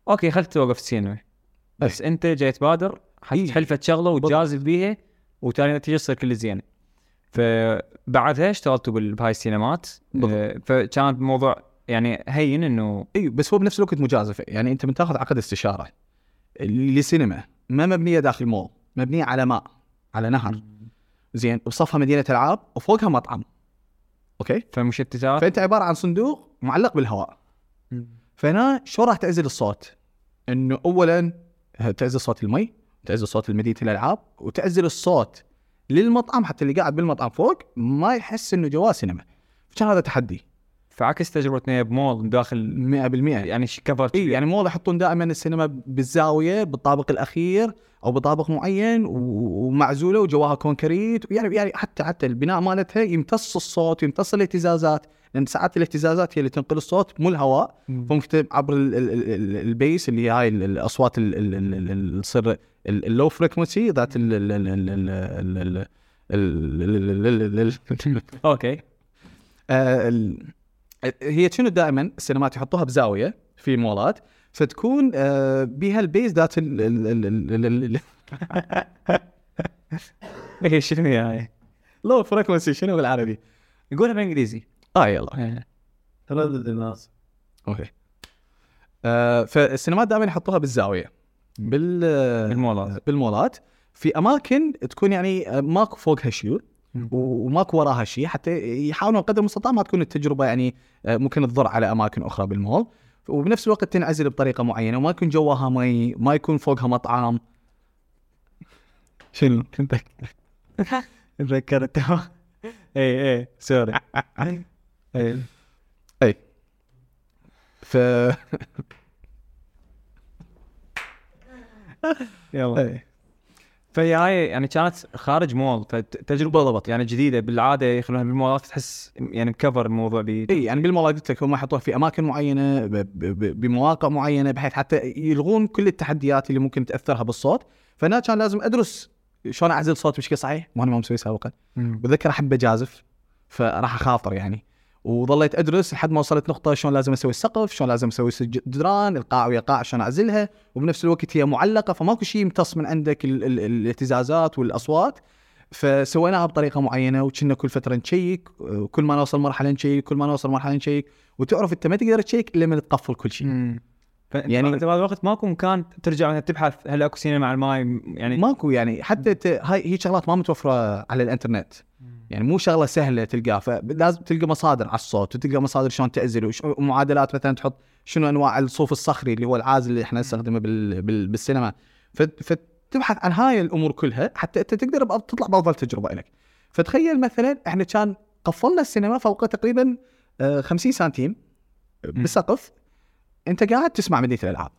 اوكي خلت توقف السينما، بس انت جاي تبادر حلفت شغله وتجازف بيها وتالي نتيجه تصير كل زينه. فبعدها اشتغلتوا بهاي السينمات. فكان موضوع يعني هين انه بس هو بنفس الوقت مجازفه. يعني انت بتاخذ عقد استشاره لسينما ما مبنيه داخل مول، مبنيه على ماء، على نهر زين، بصفها مدينه العاب وفوقها مطعم. اوكي، فمشتتات. فانت عباره عن صندوق معلق بالهواء. فهنا شو راح تعزل الصوت؟ انه اولا تعزل صوت المي، تعزل صوت مدينه الالعاب، وتعزل الصوت للمطعم حتى اللي قاعد بالمطعم فوق ما يحس انه جوا سينما. فكان هذا تحدي. فعكس تجربتنا بمول داخل 100%. يعني كفرت. يعني مول يحطون دائما السينما بالزاويه بالطابق الاخير او بطابق معين ومعزوله وجواها كونكريت. يعني حتى البناء مالتها يمتص الصوت ويمتص الاهتزازات، لان ساعات الاهتزازات هي اللي تنقل الصوت مو الهواء. ممكن عبر البيس اللي هي هاي الاصوات تصير اللو فريكونسي ذات اوكي. هي شنو دائما السينمات يحطوها بزاويه في مولات فتكون بها البيز ذات ايه شنو هي لو فريكونسي شنو بالعربي يقولها بالانجليزي؟ يلا تردد الناس. اوكي. فالسينمات دائما يحطوها بالزاويه بالمولات في اماكن تكون يعني ماكو فوقها شيء وماكو وراها شيء، حتى يحاولون قدر المستطاع ما تكون التجربه يعني ممكن تضر على اماكن اخرى بالمول، وبنفس الوقت تنعزل بطريقه معينه وما يكون جواها مي، ما يكون فوقها مطعم. شنو تذكرت؟ اي سوري. اي ف يلا. فهي هاي يعني كانت خارج مول، فتجربه ضبط يعني جديده. بالعاده يخلونها بالمولات تحس يعني مكفر الموضوع اي يعني بالمولات قلت لك هم يحطوها في اماكن معينه بمواقع معينه بحيث حتى يلغون كل التحديات اللي ممكن تاثرها بالصوت. فانا كان لازم ادرس شلون اعزل صوت بشكل صحيح وانا ما مسوي سابقا. بذكر احب اجازف فراح اخاطر يعني، وظليت ادرس لحد ما وصلت نقطه شلون لازم اسوي السقف، شلون لازم اسوي جدران القاع ويا قاع عشان اعزلها، وبنفس الوقت هي معلقه فماكو شيء يمتص من عندك الاهتزازات والاصوات. فسويناها بطريقه معينه وكنا كل فتره نشيك، كل ما نوصل مرحله نشيك، كل ما نوصل مرحله نشيك، وتعرف انت ما تقدر تشيك الا من تقفل كل شيء. يعني انت بهذا الوقت ماكو مكان ترجع تبحث هل اكو سينما مع الماي يعني ماكو. يعني حتى هاي هي شغلات ما متوفره على الانترنت، يعني مو شغله سهله تلقاها. فلازم تلقى مصادر على الصوت وتلقى مصادر شلون تعزل ومعادلات مثلا تحط شنو انواع الصوف الصخري اللي هو العازل اللي احنا نستخدمه بالسينما. فتبحث عن هاي الامور كلها حتى انت تقدر تطلع بافضل تجربه لك. فتخيل مثلا احنا كان قفلنا السينما فوق تقريبا 50 سنتيم بسقف، انت قاعد تسمع مدينه الالعاب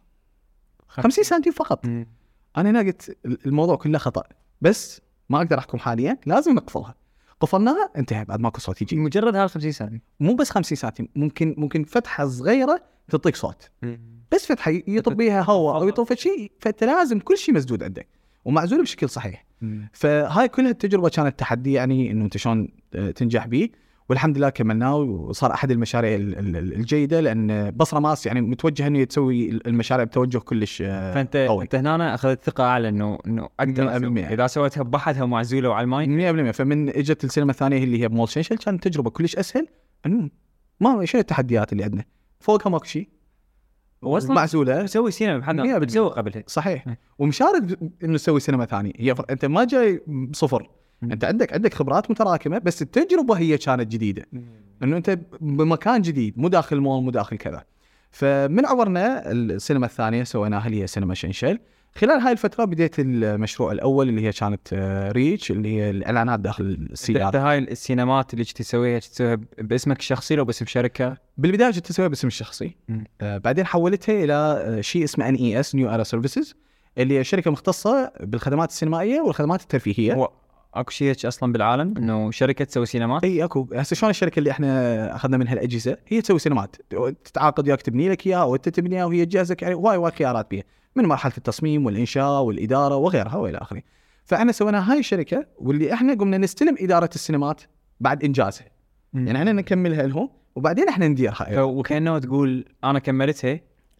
50 سنتيم فقط. انا هنا قلت الموضوع كله خطا، بس ما اقدر احكم حاليا، لازم نقفلها. قفلناها انتهى، بعد ماكو صوت يجي. مجرد هال 50 سنتيم، مو بس 50 سنتيم، ممكن فتحه صغيره تعطيك صوت، بس فتحه يطب بيها هواء او يطب شيء، فانت لازم كل شيء مسدود عندك ومعزول بشكل صحيح. فهاي كلها التجربه كانت تحدي يعني انه انت شلون تنجح به، والحمد لله كملناه وصار احد المشاريع الجيده، لان بصره ماس يعني متوجه انه تسوي المشاريع بتوجه كلش فانت انت هنا اخذت ثقه اعلى انه اقدر اذا سويتها بحدها معزوله وعلى الماي 100%. فمن اجت السينما الثانيه اللي هي مول شنشل كانت تجربه كلش اسهل. انه ما شنو التحديات اللي عندنا، فوقها ماكو شيء واصلا معزوله تسوي سينما بحدها بتسوي قبلها صحيح. ومشارك انه تسوي سينما ثانيه. هي انت ما جاي صفر، انت عندك خبرات متراكمه، بس التجربه هي كانت جديده، انه انت بمكان جديد مو داخل مول مو داخل كذا. فمن عبرنا السينما الثانيه سويناها اللي هي سينما شنشل. خلال هاي الفتره بديت المشروع الاول اللي هي كانت ريتش، اللي هي الاعلانات داخل السيارة. هاي السينمات اللي تسويها باسمك الشخصي لو باسم شركه؟ بالبدايه كنت اسويها باسم الشخصي، بعدين حولتها الى شيء اسمه NES نيو ايرا سيرفيسز، اللي هي شركه مختصه بالخدمات السينمائيه والخدمات الترفيهيه. اكو شيء اصلا بالعالم انه شركه تسوي سينمات؟ اي اكو. هسه شلون الشركه اللي احنا اخذنا منها الاجهزه هي تسوي سينمات، تتعاقد وياك تبني لك اياها او انت تبنيها وهي تجهزك، يعني واي خيارات بيها من مرحله التصميم والانشاء والاداره وغيرها والى اخره. فاحنا سوينا هاي الشركه، واللي احنا قمنا نستلم اداره السينمات بعد انجازها. يعني احنا نكملها لهم وبعدين احنا نديرها. وكانه تقول انا كملتها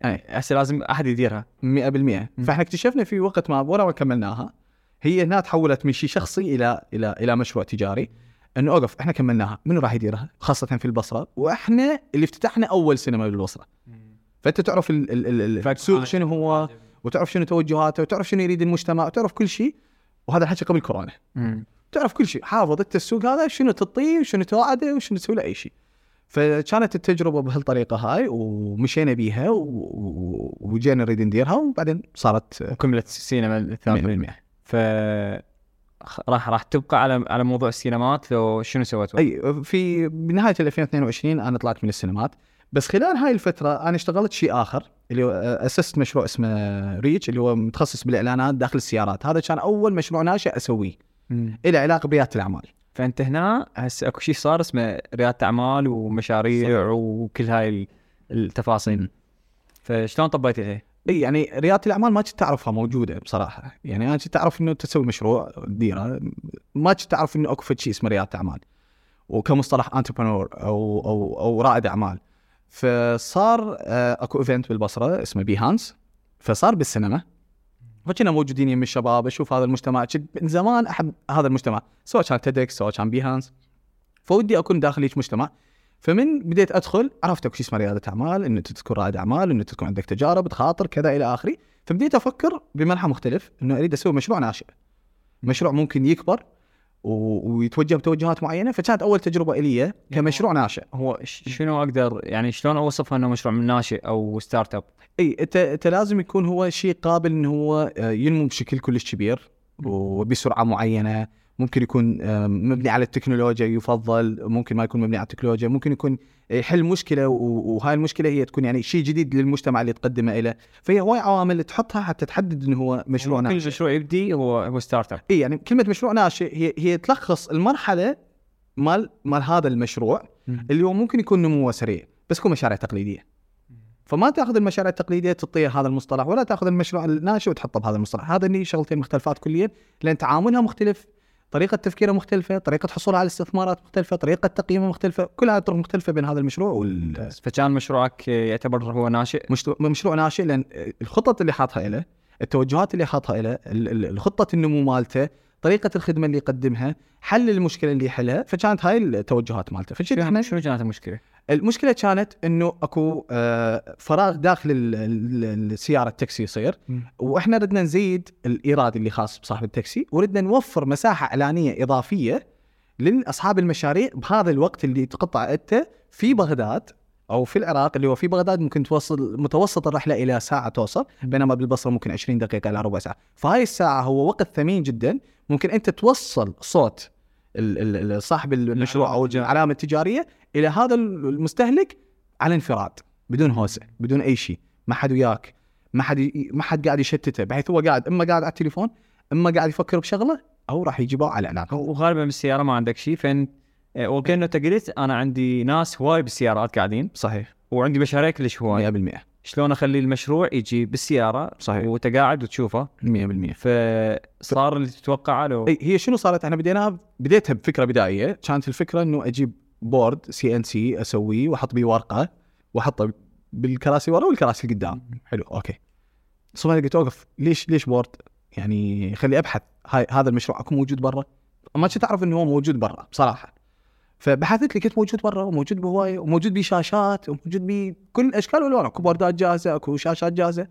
هسه لازم احد يديرها 100%. فاحنا اكتشفنا في وقت ما ولا ما كملناها، هي هنا تحولت من شيء شخصي الى مشروع تجاري. انه اوقف احنا كملناها، منو راح يديرها خاصه في البصره، واحنا اللي افتتحنا اول سينما بالبصره. فانت تعرف السوق شنو هو، وتعرف شنو توجهاته، وتعرف شنو يريد المجتمع، وتعرف كل شيء. وهذا الحكي قبل كورونا. تعرف كل شيء، حافظ انت السوق هذا شنو تعطيه وشنو توعده وشنو تسوي له اي شيء. فكانت التجربه بهالطريقه هاي، ومشينا بيها وجينا نريد نديرها، وبعدين صارت وكملت السينما الثانيه 100%. ف راح تبقى على موضوع السينمات. لو شنو سويت؟ اي في بنهايه 2022 انا طلعت من السينمات. بس خلال هاي الفتره انا اشتغلت شيء اخر، اللي هو اسست مشروع اسمه ريتش، اللي هو متخصص بالاعلانات داخل السيارات. هذا كان اول مشروع ناشئ اسويه له علاقه برياده الاعمال. فانت هنا هسه اكو شيء صار اسمه رياده اعمال ومشاريع وكل هاي التفاصيل. فشلون طبيت عليه؟ اي يعني رياده الاعمال ما كنت تعرفها موجوده بصراحه. يعني انا كنت تعرف انه تسوي مشروع تديره، ما كنت تعرف انه اكو شيء اسمه رياده اعمال وكمصطلح انتربرنور او رائد اعمال. فصار اكو ايفنت بالبصره اسمه بيهانس، فصار بالسينما. فكنا موجودين يم الشباب، اشوف هذا المجتمع، من زمان احب هذا المجتمع، سواء كان تيدكس سواء كان بيهانس. فودي اكون داخل هيك مجتمع. فمن بديت ادخل عرفت اكو شيء اسمه رياده اعمال، انه تكون رائد اعمال، انه تكون عندك تجارب تخاطر كذا الى اخره. فبديت افكر بمنحى مختلف، انه اريد اسوي مشروع ناشئ، مشروع ممكن يكبر ويتوجه بتوجهات معينه. فكانت اول تجربه لي كمشروع ناشئ. هو شنو اقدر يعني شلون اوصفها انه مشروع من ناشئ او ستارت اب؟ اي انت لازم يكون هو شيء قابل انه هو ينمو بشكل كلش كبير وبسرعه معينه. ممكن يكون مبني على التكنولوجيا يفضل، ممكن ما يكون مبني على التكنولوجيا، ممكن يكون يحل مشكله وهاي المشكله هي تكون يعني شيء جديد للمجتمع اللي تقدمه له. فهي هواي عوامل تحطها حتى تحدد انه هو مشروع ناشئ. كل مشروع يبدي هو ستارت اب. اي يعني كلمه مشروع ناشئ هي تلخص المرحله مال هذا المشروع اللي هو ممكن يكون نموه سريع بس يكون مشاريع تقليديه. فما تاخذ المشاريع التقليديه تعطيها هذا المصطلح، ولا تاخذ المشروع الناشئ وتحطه بهذا المصطلح. هذا اللي شغلتين مختلفات كليا، لان تعاملها مختلف، طريقه تفكيرها مختلفه، طريقه حصولها على الاستثمارات مختلفه، طريقه تقييمها مختلفه، كلها طرق مختلفه بين هذا المشروع فكان مشروعك يعتبر هو ناشئ؟ مشروع ناشئ، لان الخطط اللي حاطها له، التوجهات اللي حاطها له، الخطه النمو مالته، طريقه الخدمه اللي يقدمها، حل المشكله اللي يحلها. فكانت هاي التوجهات مالته. شنو كانت المشكله؟ المشكله كانت انه اكو فراغ داخل السياره التاكسي يصير، واحنا ردنا نزيد الايراد اللي خاص بصاحب التاكسي، وردنا نوفر مساحه اعلانيه اضافيه لاصحاب المشاريع بهذا الوقت اللي تقطع انت في بغداد او في العراق. اللي هو في بغداد ممكن توصل متوسط الرحله الى ساعه توصل، بينما بالبصره ممكن 20 دقيقه الى ربع ساعه. فهاي الساعه هو وقت ثمين جدا، ممكن انت توصل صوت صاحب المشروع او العلامه التجاريه الى هذا المستهلك على انفراد، بدون هوسه، بدون اي شيء، ما حد وياك، ما حد قاعد يشتته، بحيث هو قاعد اما قاعد على التليفون، اما قاعد يفكر بشغله، او راح يجيبه على الاعلان. وغالبا بالسياره ما عندك شيء. فين وكأنه تقلت انا عندي ناس هواي بالسيارات قاعدين، صحيح، وعندي مشاريع كلش هواي 100%. شلون اخلي المشروع يجي بالسياره؟ صحيح، وتقاعد وتشوفه 100%. فصار اللي تتوقعه له. هي شنو صارت؟ احنا بديتها بفكره بدائيه. كانت الفكره انه اجيب بورد CNC اسويه واحط بيه ورقه واحطه بالكراسي ورا والكراسي قدام. حلو، اوكي. ثم قلت اوقف، ليش بورد؟ يعني خلي ابحث هذا المشروع اكو موجود برا. ما كنت اعرف انه هو موجود برا بصراحه. فبحثت لقيت موجود برا، وموجود بهوايه، وموجود بشاشات، وموجود بكل الاشكال والالوان، اكو بوردات جاهزه، اكو شاشات جاهزه.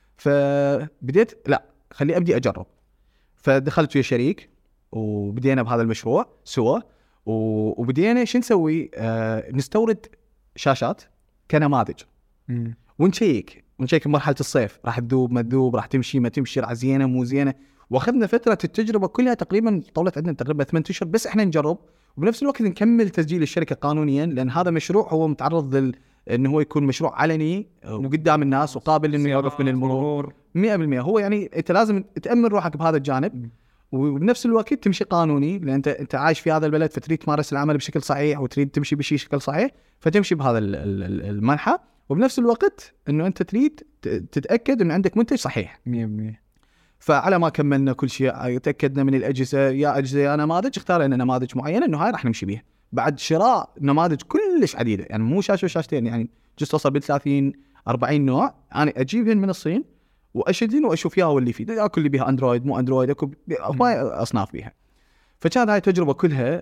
فبديت لا خلي ابدي اجرب. فدخلت ويا شريك وبدينا بهذا المشروع سوا، وبدينا شو نسوي؟ نستورد شاشات كنماذج ونشيك بمرحله الصيف، راح تذوب ما تذوب، راح تمشي ما تمشي، راح زينه مو زينه. واخذنا فتره التجربه كلها تقريبا طولت عندنا تقريبا 8 اشهر بس احنا نجرب، وبنفس الوقت نكمل تسجيل الشركه قانونيا، لان هذا مشروع هو متعرض انه هو يكون مشروع علني وقدام الناس وقابل انه يوقف من المرور 100%. هو يعني انت لازم تامن روحك بهذا الجانب، وبنفس الوقت تمشي قانوني، لان انت عايش في هذا البلد، فتريد تمارس العمل بشكل صحيح وتريد تمشي بشكل صحيح، فتمشي بهذا المنحى. وبنفس الوقت انه انت تريد تتاكد انه عندك منتج صحيح 100%. فعلى ما كملنا كل شيء، تاكدنا من الاجهزه، يا اجهزه يا نماذج، اختارنا نماذج معينه انه هاي راح نمشي بيها بعد شراء نماذج كلش عديده. يعني مو شاشه وشاشتين، يعني جزء توصل ب 30 40 نوع انا اجيبهن من الصين واشدهن واشوف ياها واللي فيه اكو اللي بيها اندرويد مو اندرويد اكو هواي اصناف بيها. فكانت هاي التجربه كلها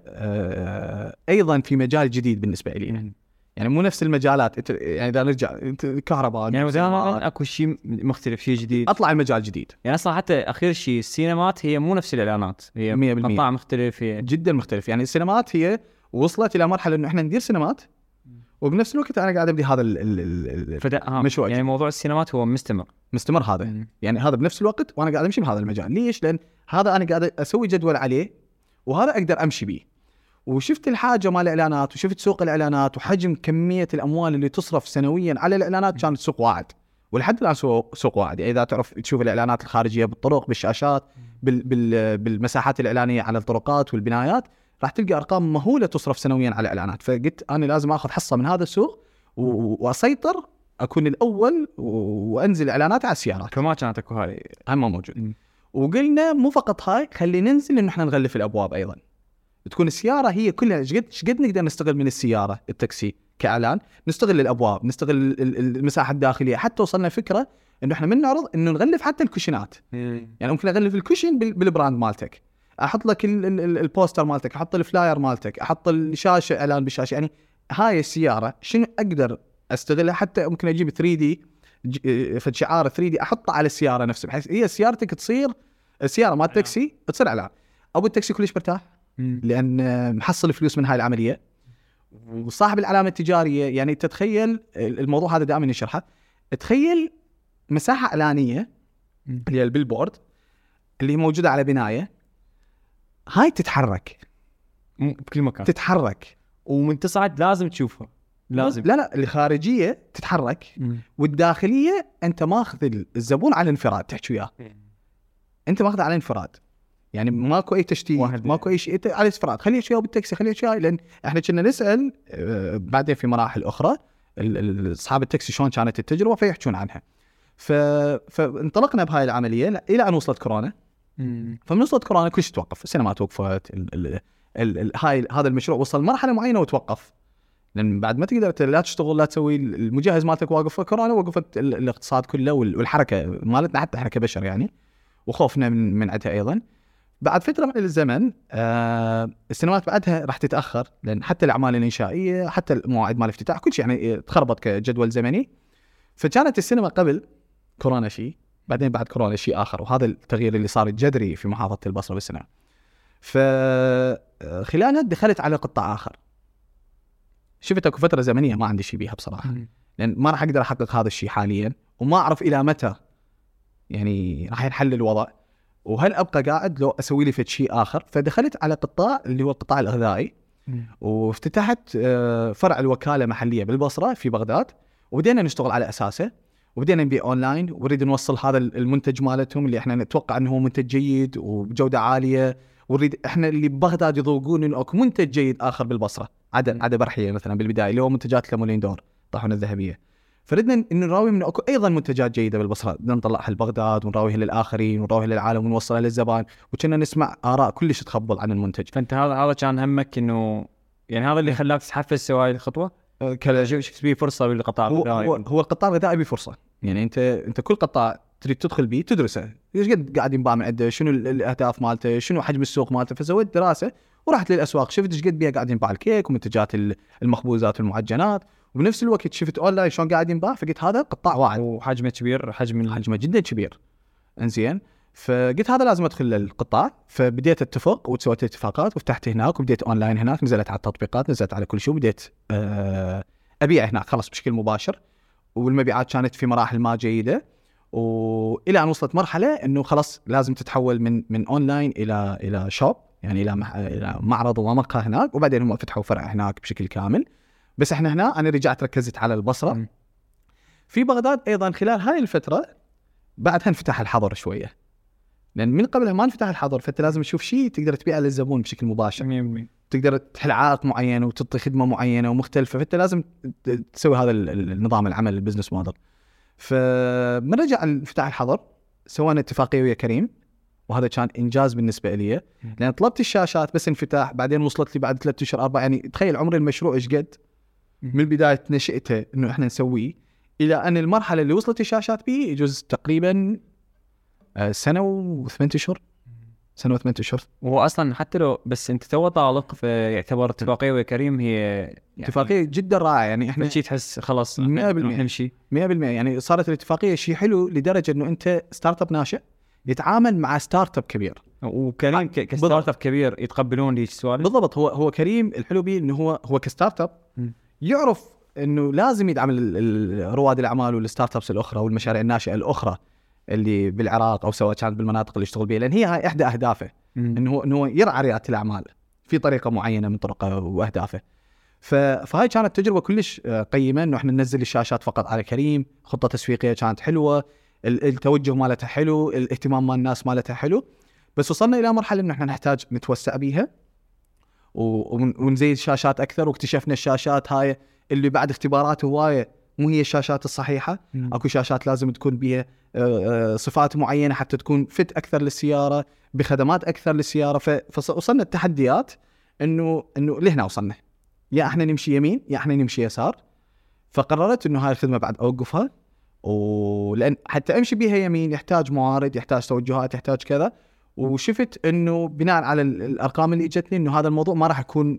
ايضا في مجال جديد بالنسبه لي يعني مو نفس المجالات يعني اذا نرجع كهرباء يعني دائما اكو شيء مختلف شيء جديد اطلع المجال جديد يعني اصلا حتى اخير شيء السينمات هي مو نفس الاعلانات هي 100% قطاع مختلف هي جدا مختلف. يعني السينمات هي وصلت الى مرحله انه احنا ندير سينمات وبنفس الوقت انا قاعد ابدي هذا المشروع يعني موضوع السينمات هو مستمر هذا يعني هذا بنفس الوقت وانا قاعد امشي بهذا المجال. ليش؟ لان هذا انا قاعد اسوي جدول عليه وهذا اقدر امشي بيه. وشفت الحاجه مال الاعلانات وشفت سوق الاعلانات وحجم كميه الاموال اللي تصرف سنويا على الاعلانات كانت سوق واعد ولحد الان سوق واعد. يعني اذا تعرف تشوف الاعلانات الخارجيه بالطرق بالشاشات بالمساحات الاعلانيه على الطرقات والبنايات راح تلقى ارقام مهوله تصرف سنويا على الاعلانات. فقلت انا لازم اخذ حصه من هذا السوق واسيطر اكون الاول وانزل اعلانات على السيارات. فما كانت اكو هاي ما موجود. وقلنا مو فقط هاي خلي ننزل انه احنا نغلف الابواب ايضا تكون السياره هي كلها شقد نقدر نستغل من السياره التاكسي كاعلان نستغل الابواب نستغل المساحه الداخليه. حتى وصلنا فكره انه احنا من نعرض انه نغلف حتى الكوشنات يعني ممكن اغلف الكوشن بالبراند مالتك احط لك البوستر مالتك احط الفلاير مالتك احط الشاشه اعلان بالشاشه. يعني هاي السياره شنو اقدر استغلها حتى ممكن اجيب 3D فد شعار 3D احطه على السياره نفسها بحيث هي سيارتك تصير السياره مال التاكسي تصير اعلان. ابو التاكسي كلش مرتاح لان محصل فلوس من هاي العمليه وصاحب العلامه التجاريه. يعني تتخيل الموضوع هذا دائما نشرحه. تخيل مساحه اعلانيه اللي هي البيلبورد اللي موجوده على بنايه هاي تتحرك بكل مكان تتحرك ومن تصعد لازم تشوفها لازم لا الخارجيه تتحرك والداخليه انت ماخذ الزبون على انفراد تحكي وياه انت ماخذ على انفراد. يعني ماكو اي تشتيت ماكو اي شيء على انفراد. خليه شويه بالتاكسي خليه شويه لان احنا كنا نسال بعدين في مراحل اخرى اصحاب التاكسي شلون كانت التجربه فيحكون عنها. فانطلقنا بهاي العمليه الى ان وصلت كورونا. فمن وصلت كورونا كل شيء توقف السينمات توقفت هاي هذا المشروع وصل مرحله معينه وتوقف لان بعد ما تقدر لا تشتغل لا تسوي المجهز مالتك واقف. كورونا وقفت الاقتصاد كله والحركه مالتنا حتى احنا كبشر يعني وخوفنا من عدها ايضا. بعد فتره من الزمن السينمات بعدها راح تتاخر لان حتى الاعمال الانشائيه حتى المواعيد مال الافتتاح كل شيء يعني تخربط كجدول زمني. فكانت السينما قبل كورونا شيء بعدين بعد كورونا شيء اخر وهذا التغيير اللي صار جذري في محافظه البصره بالسينما. فخلالها دخلت على قطاع اخر شفت اكو فتره زمنيه ما عندي شيء بيها بصراحه لان ما راح اقدر احقق هذا الشيء حاليا وما اعرف الى متى يعني راح ينحل الوضع وهل ابقى قاعد لو اسوي لي فد شيء اخر. فدخلت على قطاع اللي هو القطاع الغذائي وافتتحت فرع الوكاله محليه بالبصره في بغداد وبدينا نشتغل على اساسه وبدينا نبيع اونلاين ونريد نوصل هذا المنتج مالتهم اللي احنا نتوقع انه هو منتج جيد وبجوده عاليه ونريد احنا اللي ببغداد يذوقون انه اكو منتج جيد اخر بالبصره عدا برحيه مثلا بالبدايه اللي هو منتجات ليمولين دور طاحونه الذهبيه. فردنا انه نراوي من اكو ايضا منتجات جيده بالبصره بدنا نطلعها لبغداد ونراويها للاخرين ونراويها للعالم ونوصلها للزبائن وكنا نسمع اراء كلش تخبل عن المنتج. فانت هذا كان همك انه يعني هذا اللي خلاك تحفز سواي الخطوه شفت فيه فرصه بالقطاع الغذائي. هو القطاع الغذائي بفرصه يعني انت كل قطاع تريد تدخل به تدرسه ايش قد قاعد ينباع من عنده شنو الاهداف مالته شنو حجم السوق مالته. فسويت دراسه ورحت للاسواق شفت ايش قد بيها قاعد ينباع الكيك ومنتجات المخبوزات والمعجنات وبنفس الوقت شفت اونلاين شلون قاعد ينباع. فقلت هذا قطاع واعد وحجمه كبير حجمه جدا كبير انزين. فقلت هذا لازم ادخل للقطاع. فبديت اتفق وسويت اتفاقات وفتحت هناك وبديت اونلاين هناك نزلت على التطبيقات نزلت على كل شيء وبديت ابيع هناك خلص بشكل مباشر. والمبيعات كانت في مراحل ما جيده والى ان وصلت مرحله انه خلاص لازم تتحول من اونلاين الى شوب يعني الى معرض ومقهى هناك. وبعدين هم فتحوا فرع هناك بشكل كامل. بس احنا هنا انا رجعت ركزت على البصره. في بغداد ايضا خلال هاي الفتره بعدها انفتح الحظر شويه لان من قبلها ما انفتح الحظر. فانت لازم تشوف شيء تقدر تبيعه للزبون بشكل مباشر تقدر تحل عائق معين وتعطي خدمه معينه ومختلفه. فانت لازم تسوي هذا النظام العمل البزنس موديل. فمن رجع انفتاح الحظر سوينا اتفاقيه ويا كريم وهذا كان انجاز بالنسبه لي لان طلبت الشاشات بس انفتاح بعدين وصلت لي بعد 3 أشهر 4 يعني تخيل عمر المشروع ايش قد من بدايه نشأته انه احنا نسويه الى ان المرحله اللي وصلت الشاشات به يجوز تقريبا سنه و8 اشهر. سنه و8 اشهر. وهو اصلا حتى لو بس انت تو طالق فيعتبر اتفاقيه ويا كريم هي يعني اتفاقيه جدا رائعه. يعني احنا شيء تحس خلاص 100% نمشي 100%. يعني صارت الاتفاقيه شيء حلو لدرجه انه انت ستارت اب ناشئ يتعامل مع ستارت اب كبير، وكريم كستارت اب كبير يتقبلون دي السوالف. بالضبط. هو كريم الحلو بيه انه هو كستارت اب يعرف انه لازم يدعم رواد الاعمال والستارت ابس الاخرى والمشاريع الناشئه الاخرى اللي بالعراق او سواء كانت بالمناطق اللي يشتغل بها، لان هي احدى اهدافه انه هو يرعى رياده الاعمال في طريقه معينه من طرقه واهدافه. فهاي كانت تجربه كلش قيمه انه احنا ننزل الشاشات فقط على كريم. خطه تسويقيه كانت حلوه، التوجه مالتها حلو، الاهتمام مال الناس مالتها حلو. بس وصلنا الى مرحله انه احنا نحتاج نتوسع بيها ونزيد شاشات اكثر، واكتشفنا الشاشات هاي اللي بعد اختبارات هوايه مو هي الشاشات الصحيحه. اكو شاشات لازم تكون بها صفات معينه حتى تكون فت اكثر للسياره، بخدمات اكثر للسياره. فوصلنا التحديات انه لهنا وصلنا، يا احنا نمشي يمين يا احنا نمشي يسار. فقررت انه هاي الخدمه بعد اوقفها، ولان حتى امشي بها يمين يحتاج موارد، يحتاج توجهات، يحتاج كذا. وشفت انه بناء على الارقام اللي اجتني انه هذا الموضوع ما راح يكون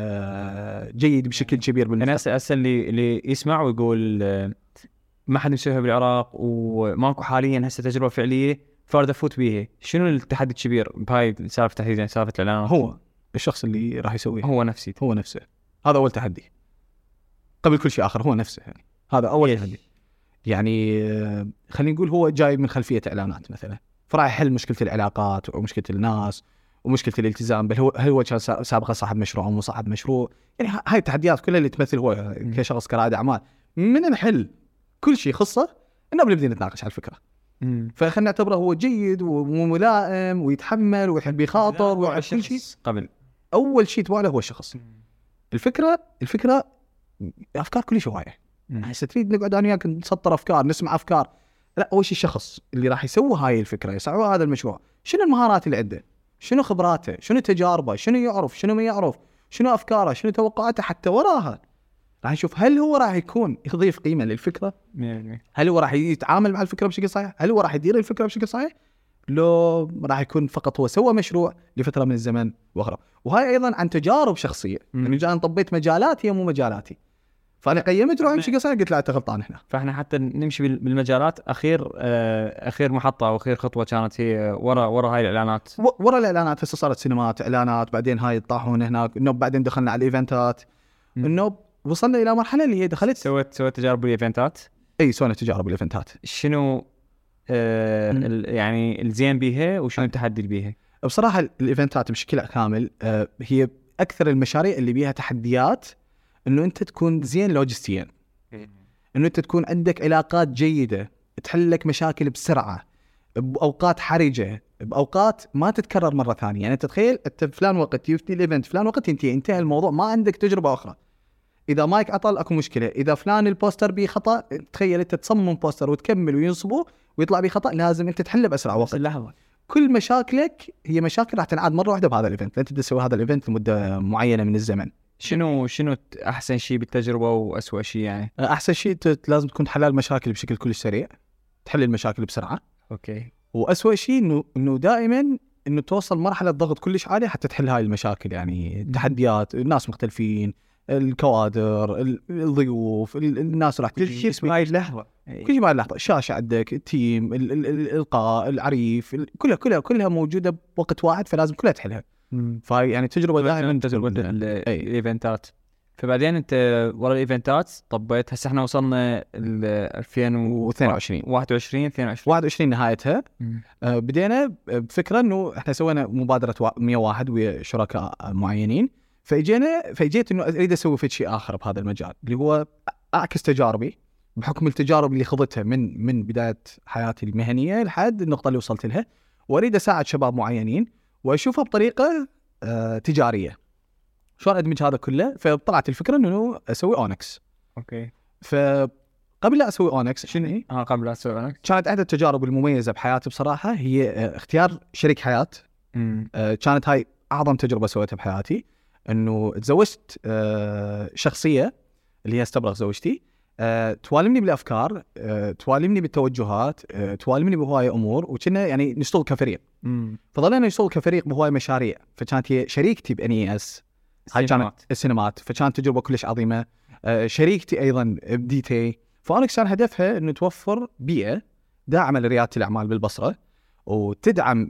جيد بشكل كبير بالنسبه. انا هسه اللي يسمع ويقول ما حد يسويها بالعراق وماكو حاليا هسه تجربه فعليه فرد فوت بيها، شنو التحدي الكبير بهاي السالفه تحديدا سالفه الاعلانات؟ هو الشخص اللي راح يسويها هو نفسه. هذا اول تحدي قبل كل شيء اخر. هو نفسه يعني هذا اول تحدي. يعني خلينا نقول هو جاي من خلفيه اعلانات مثلا، فراح يحل مشكله العلاقات ومشكله الناس ومشكله الالتزام. بل هو كان سابقا صاحب مشروع او مو صاحب مشروع. يعني هاي التحديات كلها اللي تمثل هو كشخص كرائد اعمال. من نحل كل شيء خصه انه بنبدا نتناقش على الفكره. فخلنا نعتبره هو جيد وملائم ويتحمل ويحب يخاطر ويعرف كل شيء. قبل اول شيء تبغى له هو الشخص. الفكره افكار كلش هوايه. هسه تريد نقعد انا وياك نسطر افكار، نسمع افكار. لا، اول شيء الشخص اللي راح يسوي هاي الفكره، يسوي هذا المشروع، شنو المهارات اللي عنده، شنو خبراته، شنو تجاربه، شنو يعرف، شنو ما يعرف، شنو افكاره، شنو توقعاته. حتى وراها راح نشوف هل هو راح يكون يضيف قيمه للفكره، هل هو راح يتعامل مع الفكره بشكل صحيح، هل هو راح يدير الفكره بشكل صحيح، لو راح يكون فقط هو سوى مشروع لفتره من الزمن واخره. وهاي ايضا عن تجارب شخصيه. يعني انا طبيت مجالات هي مو مجالاتي، فانا قيمت روحي بشكل صحيح، قلت لا انت غلطان هنا. فاحنا حتى نمشي بالمجالات. اخير محطه او اخير خطوه كانت هي ورا هاي الاعلانات. ورا الاعلانات هسه صارت سينمات، اعلانات، بعدين هاي الطاحون هناك، انه بعدين دخلنا على الايفنتات، انه وصلنا الى مرحله اللي هي دخلت سويت تجارب بالايفنتات. اي سوينا تجارب بالايفنتات. شنو يعني الزين بيها وشنو التحدي بيها؟ بصراحه الايفنتات بشكل كامل هي اكثر المشاريع اللي بيها تحديات. انه انت تكون زين لوجستيا، انه انت تكون عندك علاقات جيده، تحل لك مشاكل بسرعه، باوقات حرجه، باوقات ما تتكرر مره ثانيه. يعني تتخيل انت فلان وقت يفتي الايفنت، فلان وقت انتهى الموضوع، ما عندك تجربه اخرى. اذا مايك عطل اكو مشكله، اذا فلان البوستر بيه خطا، تخيل انت تصمم بوستر وتكمل وينصبه ويطلع بيه خطا، لازم انت تحله باسرع وقت. لحظه، كل مشاكلك هي مشاكل راح تنعاد مره واحده بهذا الايفنت. انت تسوي هذا الايفنت لمده معينه من الزمن. شنو احسن شيء بالتجربه واسوأ شيء؟ يعني احسن شيء لازم تكون حلال المشاكل بشكل كلش سريع، تحل المشاكل بسرعه. اوكي. واسوأ شيء انه دائما انه توصل مرحله ضغط كلش عاليه حتى تحل هاي المشاكل. يعني تحديات، الناس مختلفين، الكوادر، الضيوف، الناس راح كل شيء بهاي اللحظه، كل شيء بهاي اللحظه. الشاشه عندك، التيم، الالقاء، العريف، كلها موجوده بوقت واحد، فلازم كلها تحلها. فهي يعني تجربه دائما تجربه الايفنتات. فبعدين انت ورا الايفنتات طبيت. هسه احنا وصلنا ل 2022 21 نهايتها. بدينا بفكره انه احنا سوينا مبادره 101 ويا شركاء معينين. فاجيت انه اريد اسوي في شيء اخر بهذا المجال، اللي هو اعكس تجاربي بحكم التجارب اللي خضتها من بدايه حياتي المهنيه لحد النقطه اللي وصلت لها، واريد اساعد شباب معينين واشوفها بطريقه تجاريه. شلون ادمج هذا كله؟ فطلعت الفكره انه اسوي اونكس. اوكي. فقبل لا اسوي اونكس، شنو هي؟ قبل لا اسوي اونكس كانت احدى التجارب المميزه بحياتي بصراحه هي اختيار شريك حياه. كانت هاي اعظم تجربه سويتها بحياتي. انه تزوجت شخصيه اللي هي استبرغ زوجتي، توالمني بالافكار، توالمني بالتوجهات، توالمني بهواي امور، وكنا يعني نشتغل كفريق. فضلنا نشتغل كفريق بهواي مشاريع. فكانت هي شريكتي بNES، هاي كانت السينمات، فكانت تجربه كلش عظيمه. شريكتي ايضا بديتي، فأونكس كان هدفها انه توفر بيئه داعمه لرياده الاعمال بالبصره، وتدعم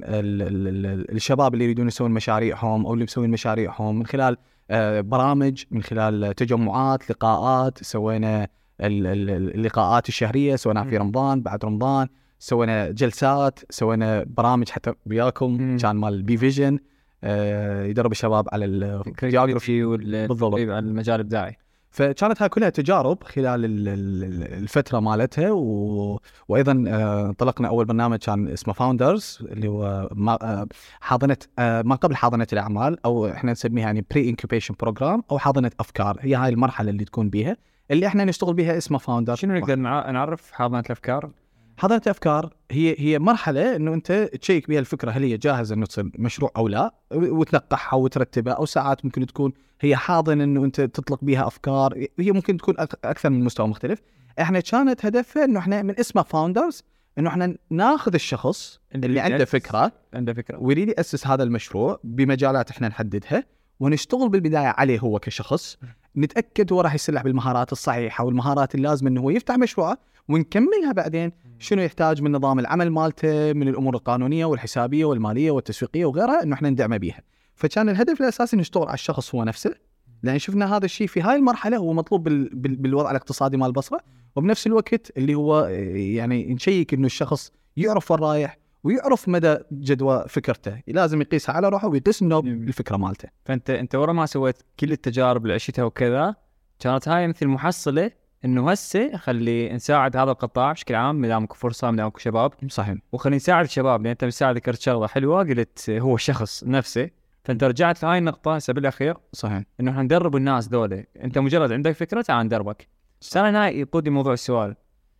الشباب اللي يريدون يسوون مشاريعهم او اللي مسوين مشاريعهم من خلال برامج، من خلال تجمعات، لقاءات. سوينا اللقاءات الشهريه، سوينا في رمضان، بعد رمضان سوينا جلسات، سوينا برامج حتى وياكم كان مال بي فيجن يدرب الشباب على الجيوغرافي بالضبط على المجال الابداعي. فكانت هاي كلها تجارب خلال الفتره مالتها. وايضا انطلقنا اول برنامج كان اسمه فاوندرز، اللي هو حاضنه ما قبل حاضنه الاعمال، او احنا نسميها يعني بري انكوبيشن بروجرام او حاضنه افكار. هي هاي المرحله اللي تكون بيها اللي احنا نشتغل بها اسمه فاوندر. شنو نقدر نعرف حاضنه الافكار؟ حضانة الأفكار هي مرحلة إنه أنت تشيك بها الفكرة هل هي جاهزة إنه تصير مشروع أو لا، وتنقحها وترتبها. أو ساعات ممكن تكون هي حاضن إنه أنت تطلق بها أفكار، هي ممكن تكون أكثر من مستوى مختلف. إحنا كانت هدفها إنه إحنا من اسمه فاوندرز، إنه إحنا ناخذ الشخص اللي عنده فكرة ويريد يأسس هذا المشروع بمجالات إحنا نحددها، ونشتغل بالبداية عليه هو كشخص، نتأكد هو راح يسلح بالمهارات الصحيحة والمهارات اللازمة إنه هو يفتح مشروعه، ونكملها بعدين شنو يحتاج من نظام العمل مالته، من الأمور القانونية والحسابية والمالية والتسويقية وغيرها، إنه إحنا ندعمه بيها. فكان الهدف الأساسي نشتغل على الشخص هو نفسه، لأن شفنا هذا الشيء في هاي المرحلة هو مطلوب بالوضع الاقتصادي مال البصرة، وبنفس الوقت اللي هو يعني نشيك إنه الشخص يعرف وين رايح ويعرف مدى جدوى فكرته، لازم يقيسها على روحه ويقيس إنه الفكرة مالته. فأنت ورا ما سويت كل التجارب اللي عشتها وكذا، كانت هاي مثل محصلة انه هسه خلي نساعد هذا القطاع بشكل عام، مدامكم فرصه، مدامكم شباب. صحيح. وخلي نساعد الشباب، لان انت مساعد ذكرت شغله حلوه، قلت هو الشخص نفسه. فانت رجعت لهاي النقطه هسه بالاخير. صحيح. انه احنا ندرب الناس ذولا، انت مجرد عندك فكره تعال ندربك. بس انا هنا يقودني موضوع السؤال،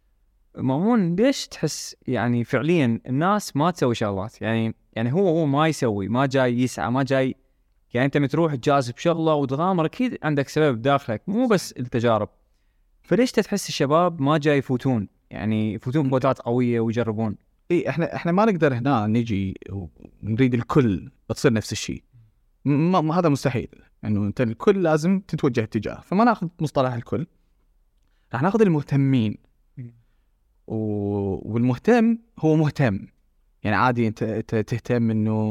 مامون ليش تحس يعني فعليا الناس ما تسوي شغلات؟ يعني هو ما يسوي، ما جاي يسعى، ما جاي يعني انت متروح تجازف شغله وتغامر، اكيد عندك سبب داخلك مو بس التجارب. فليش تحس الشباب ما جاي يفوتون، يعني يفوتون فوتات قويه ويجربون؟ اي احنا ما نقدر هنا نجي ونريد الكل تصير نفس الشيء، ما هذا مستحيل. انه انت الكل لازم تتوجه اتجاه، فما ناخذ مصطلح الكل، راح ناخذ المهتمين. والمهتم هو مهتم، يعني عادي انت تهتم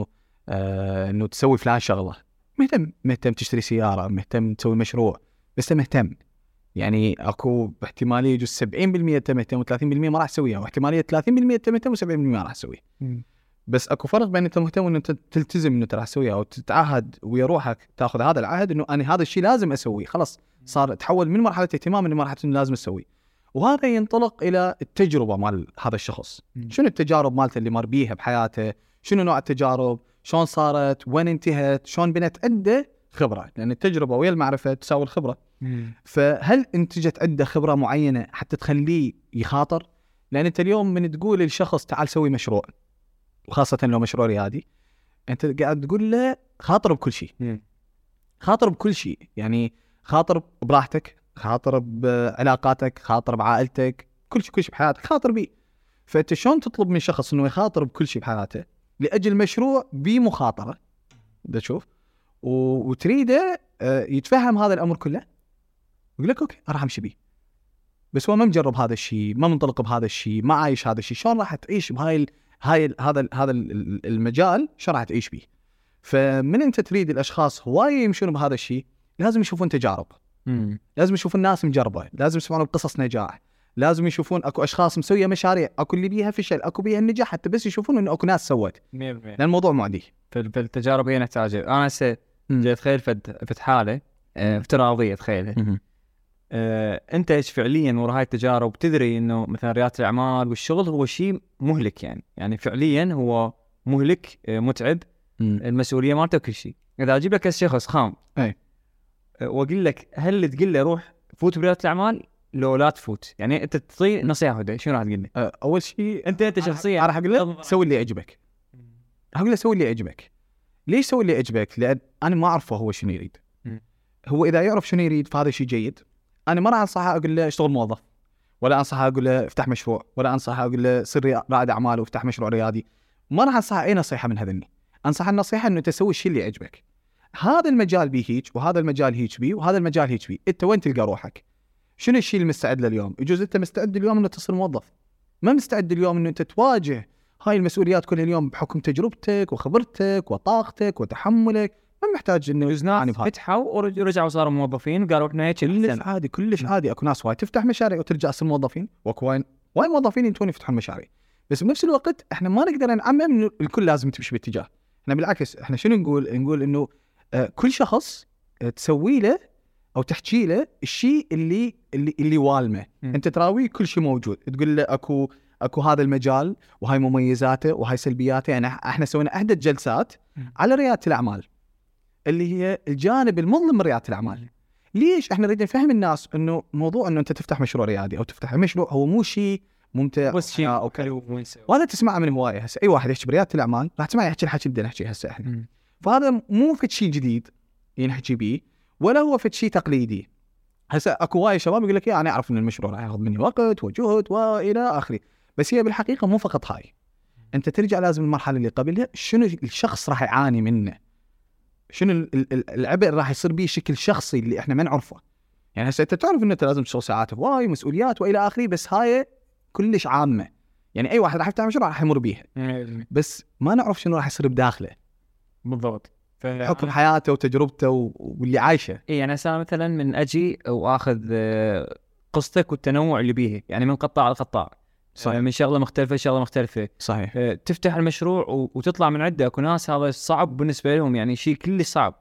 انه تسوي فلان شغله، مهتم تشتري سياره، مهتم تسوي مشروع، بس مهتم. يعني اكو احتماليه يجوز 70% انت مهتم و30% ما راح تسويها، واحتماليه 30% انت مهتم و70% ما راح تسويها. بس اكو فرق بين انت مهتم وان انت تلتزم انه راح تسويها، او تتعهد ويا روحك تاخذ هذا العهد انه انا هذا الشيء لازم اسويه، خلاص صار تحول من مرحله اهتمام لمرحله انه لازم اسويه. وهذا ينطلق الى التجربه مال هذا الشخص. شنو التجارب مالته اللي مر بيها بحياته، شنو نوع التجارب، شلون صارت، وين انتهت، شلون بنت عنده خبره، لان التجربه ويا المعرفه تساوي الخبره. فهل انتجت عنده خبره معينه حتى تخليه يخاطر؟ لان انت اليوم من تقول للشخص تعال سوي مشروع، وخاصه لو مشروع ريادي، انت قاعد تقول له خاطر بكل شيء. خاطر بكل شيء، يعني خاطر براحتك، خاطر بعلاقاتك، خاطر بعائلتك، كل شيء بحياتك خاطر بيه. فانت شلون تطلب من شخص انه يخاطر بكل شيء بحياته لاجل مشروع بمخاطره؟ ده شوف وتريده يتفهم هذا الامر كله، يقول لك اوكي راح امشي بيه، بس هو ما مجرب هذا الشيء، ما منطلق بهذا الشيء، ما عايش هذا الشيء. شلون راح تعيش بهاي هذا المجال؟ شلون راح تعيش بيه؟ فمن انت تريد الاشخاص هوايه يمشون بهذا الشيء، لازم يشوفون تجارب، لازم يشوفون الناس مجربه، لازم يسمعون بقصص نجاح، لازم يشوفون اكو اشخاص مسويه مشاريع، اكو اللي بيها فشل، اكو بيها النجاح، حتى بس يشوفون انه اكو ناس سوت. لان الموضوع معدي في التجارب هي نحتاجها. انا هسه اتخيل فد حاله افتراضيه، تخيلها انت ايش فعليا ورا هاي التجارب تدري انه مثلا رياده الاعمال والشغل هو شيء مهلك، يعني فعليا هو مهلك، متعب، المسؤوليه مالته وكل شيء. اذا اجيب لك شخص خام واقول لك هل تقول له روح فوت برياده الاعمال لو لا تفوت، يعني انت تعطيه نصيحه هدى، شنو راح تقول له؟ اول شيء انت شخصيا راح اقول له سوي اللي يعجبك. اقول له سوي اللي يعجبك. ليش سوي اللي يعجبك؟ لان انا ما اعرفه هو شنو يريد. هو اذا يعرف شنو يريد فهذا شيء جيد، انا ما راح انصحه اقول له اشتغل موظف، ولا انصحه اقول له افتح مشروع، ولا انصحه اقول له صير رائد اعمال وافتح مشروع ريادي. ما راح انصحه اي نصيحه من هذني. انصح النصيحه انه تسوي الشيء اللي يعجبك. هذا المجال بيه هيك، وهذا المجال هيك بيه، وهذا المجال هيك بيه. انت وين تلقى روحك؟ شنو الشيء اللي مستعد له اليوم؟ يجوز انت مستعد اليوم انه تصير موظف، ما مستعد اليوم انه انت تواجه هاي المسؤوليات كلها اليوم بحكم تجربتك وخبرتك وطاقتك وتحملك. ما محتاج انه ناس فتحوا ورجعوا صاروا موظفين وقالوا احنا هيك كلش عادي، كلش عادي. اكو ناس وايد تفتح مشاريع وترجع تصير موظفين، واكو وايد موظفين ينتون يفتحون مشاريع. بس بنفس الوقت احنا ما نقدر نعمم انه الكل لازم تمشي باتجاه. احنا بالعكس، احنا شنو نقول انه كل شخص تسوي له او تحكي له الشيء اللي والمه. انت تراوي كل شيء موجود، تقول له اكو هذا المجال وهاي مميزاته وهاي سلبياته. يعني احنا سوينا عدة جلسات على ريادة الاعمال اللي هي الجانب المظلم من ريادة الاعمال. ليش احنا نريد نفهم الناس انه موضوع انه انت تفتح مشروع ريادي او تفتح مشروع هو مو شيء ممتع بس شيء او كذا، وهذا تسمعه من هوايه. هسه اي واحد يحكي بريادة الاعمال راح تسمع يحكي الحكي اللي بدنا نحكي هسه احنا. فهذا مو في شيء جديد ينحكي بيه، ولا هو في شيء تقليدي. هسه اكو وايد شباب يقول لك انا اعرف ان المشروع راح ياخذ مني وقت وجهد والى اخره، بس هي بالحقيقه مو فقط هاي. انت ترجع لازم المرحله اللي قبلها، شنو الشخص راح يعاني منه، شنو العبء راح يصير به شكل شخصي اللي احنا ما نعرفه. يعني هسه انت تعرف ان انت لازم تشتغل ساعات هواي ومسؤوليات والى اخره، بس هاي كلش عامه. يعني اي واحد راح يفتح مشروع راح يمر بيها، بس ما نعرف شنو راح يصير بداخله بالضبط حكم حياته وتجربته واللي عايشه. اي انا مثلا من اجي واخذ قصتك والتنوع اللي بيه، يعني من قطاع لقطاع، صحيح. من شغله مختلفه شغله مختلفه. صحيح. تفتح المشروع وتطلع من عنده. اكو ناس هذا صعب بالنسبه لهم، يعني شيء كلش صعب.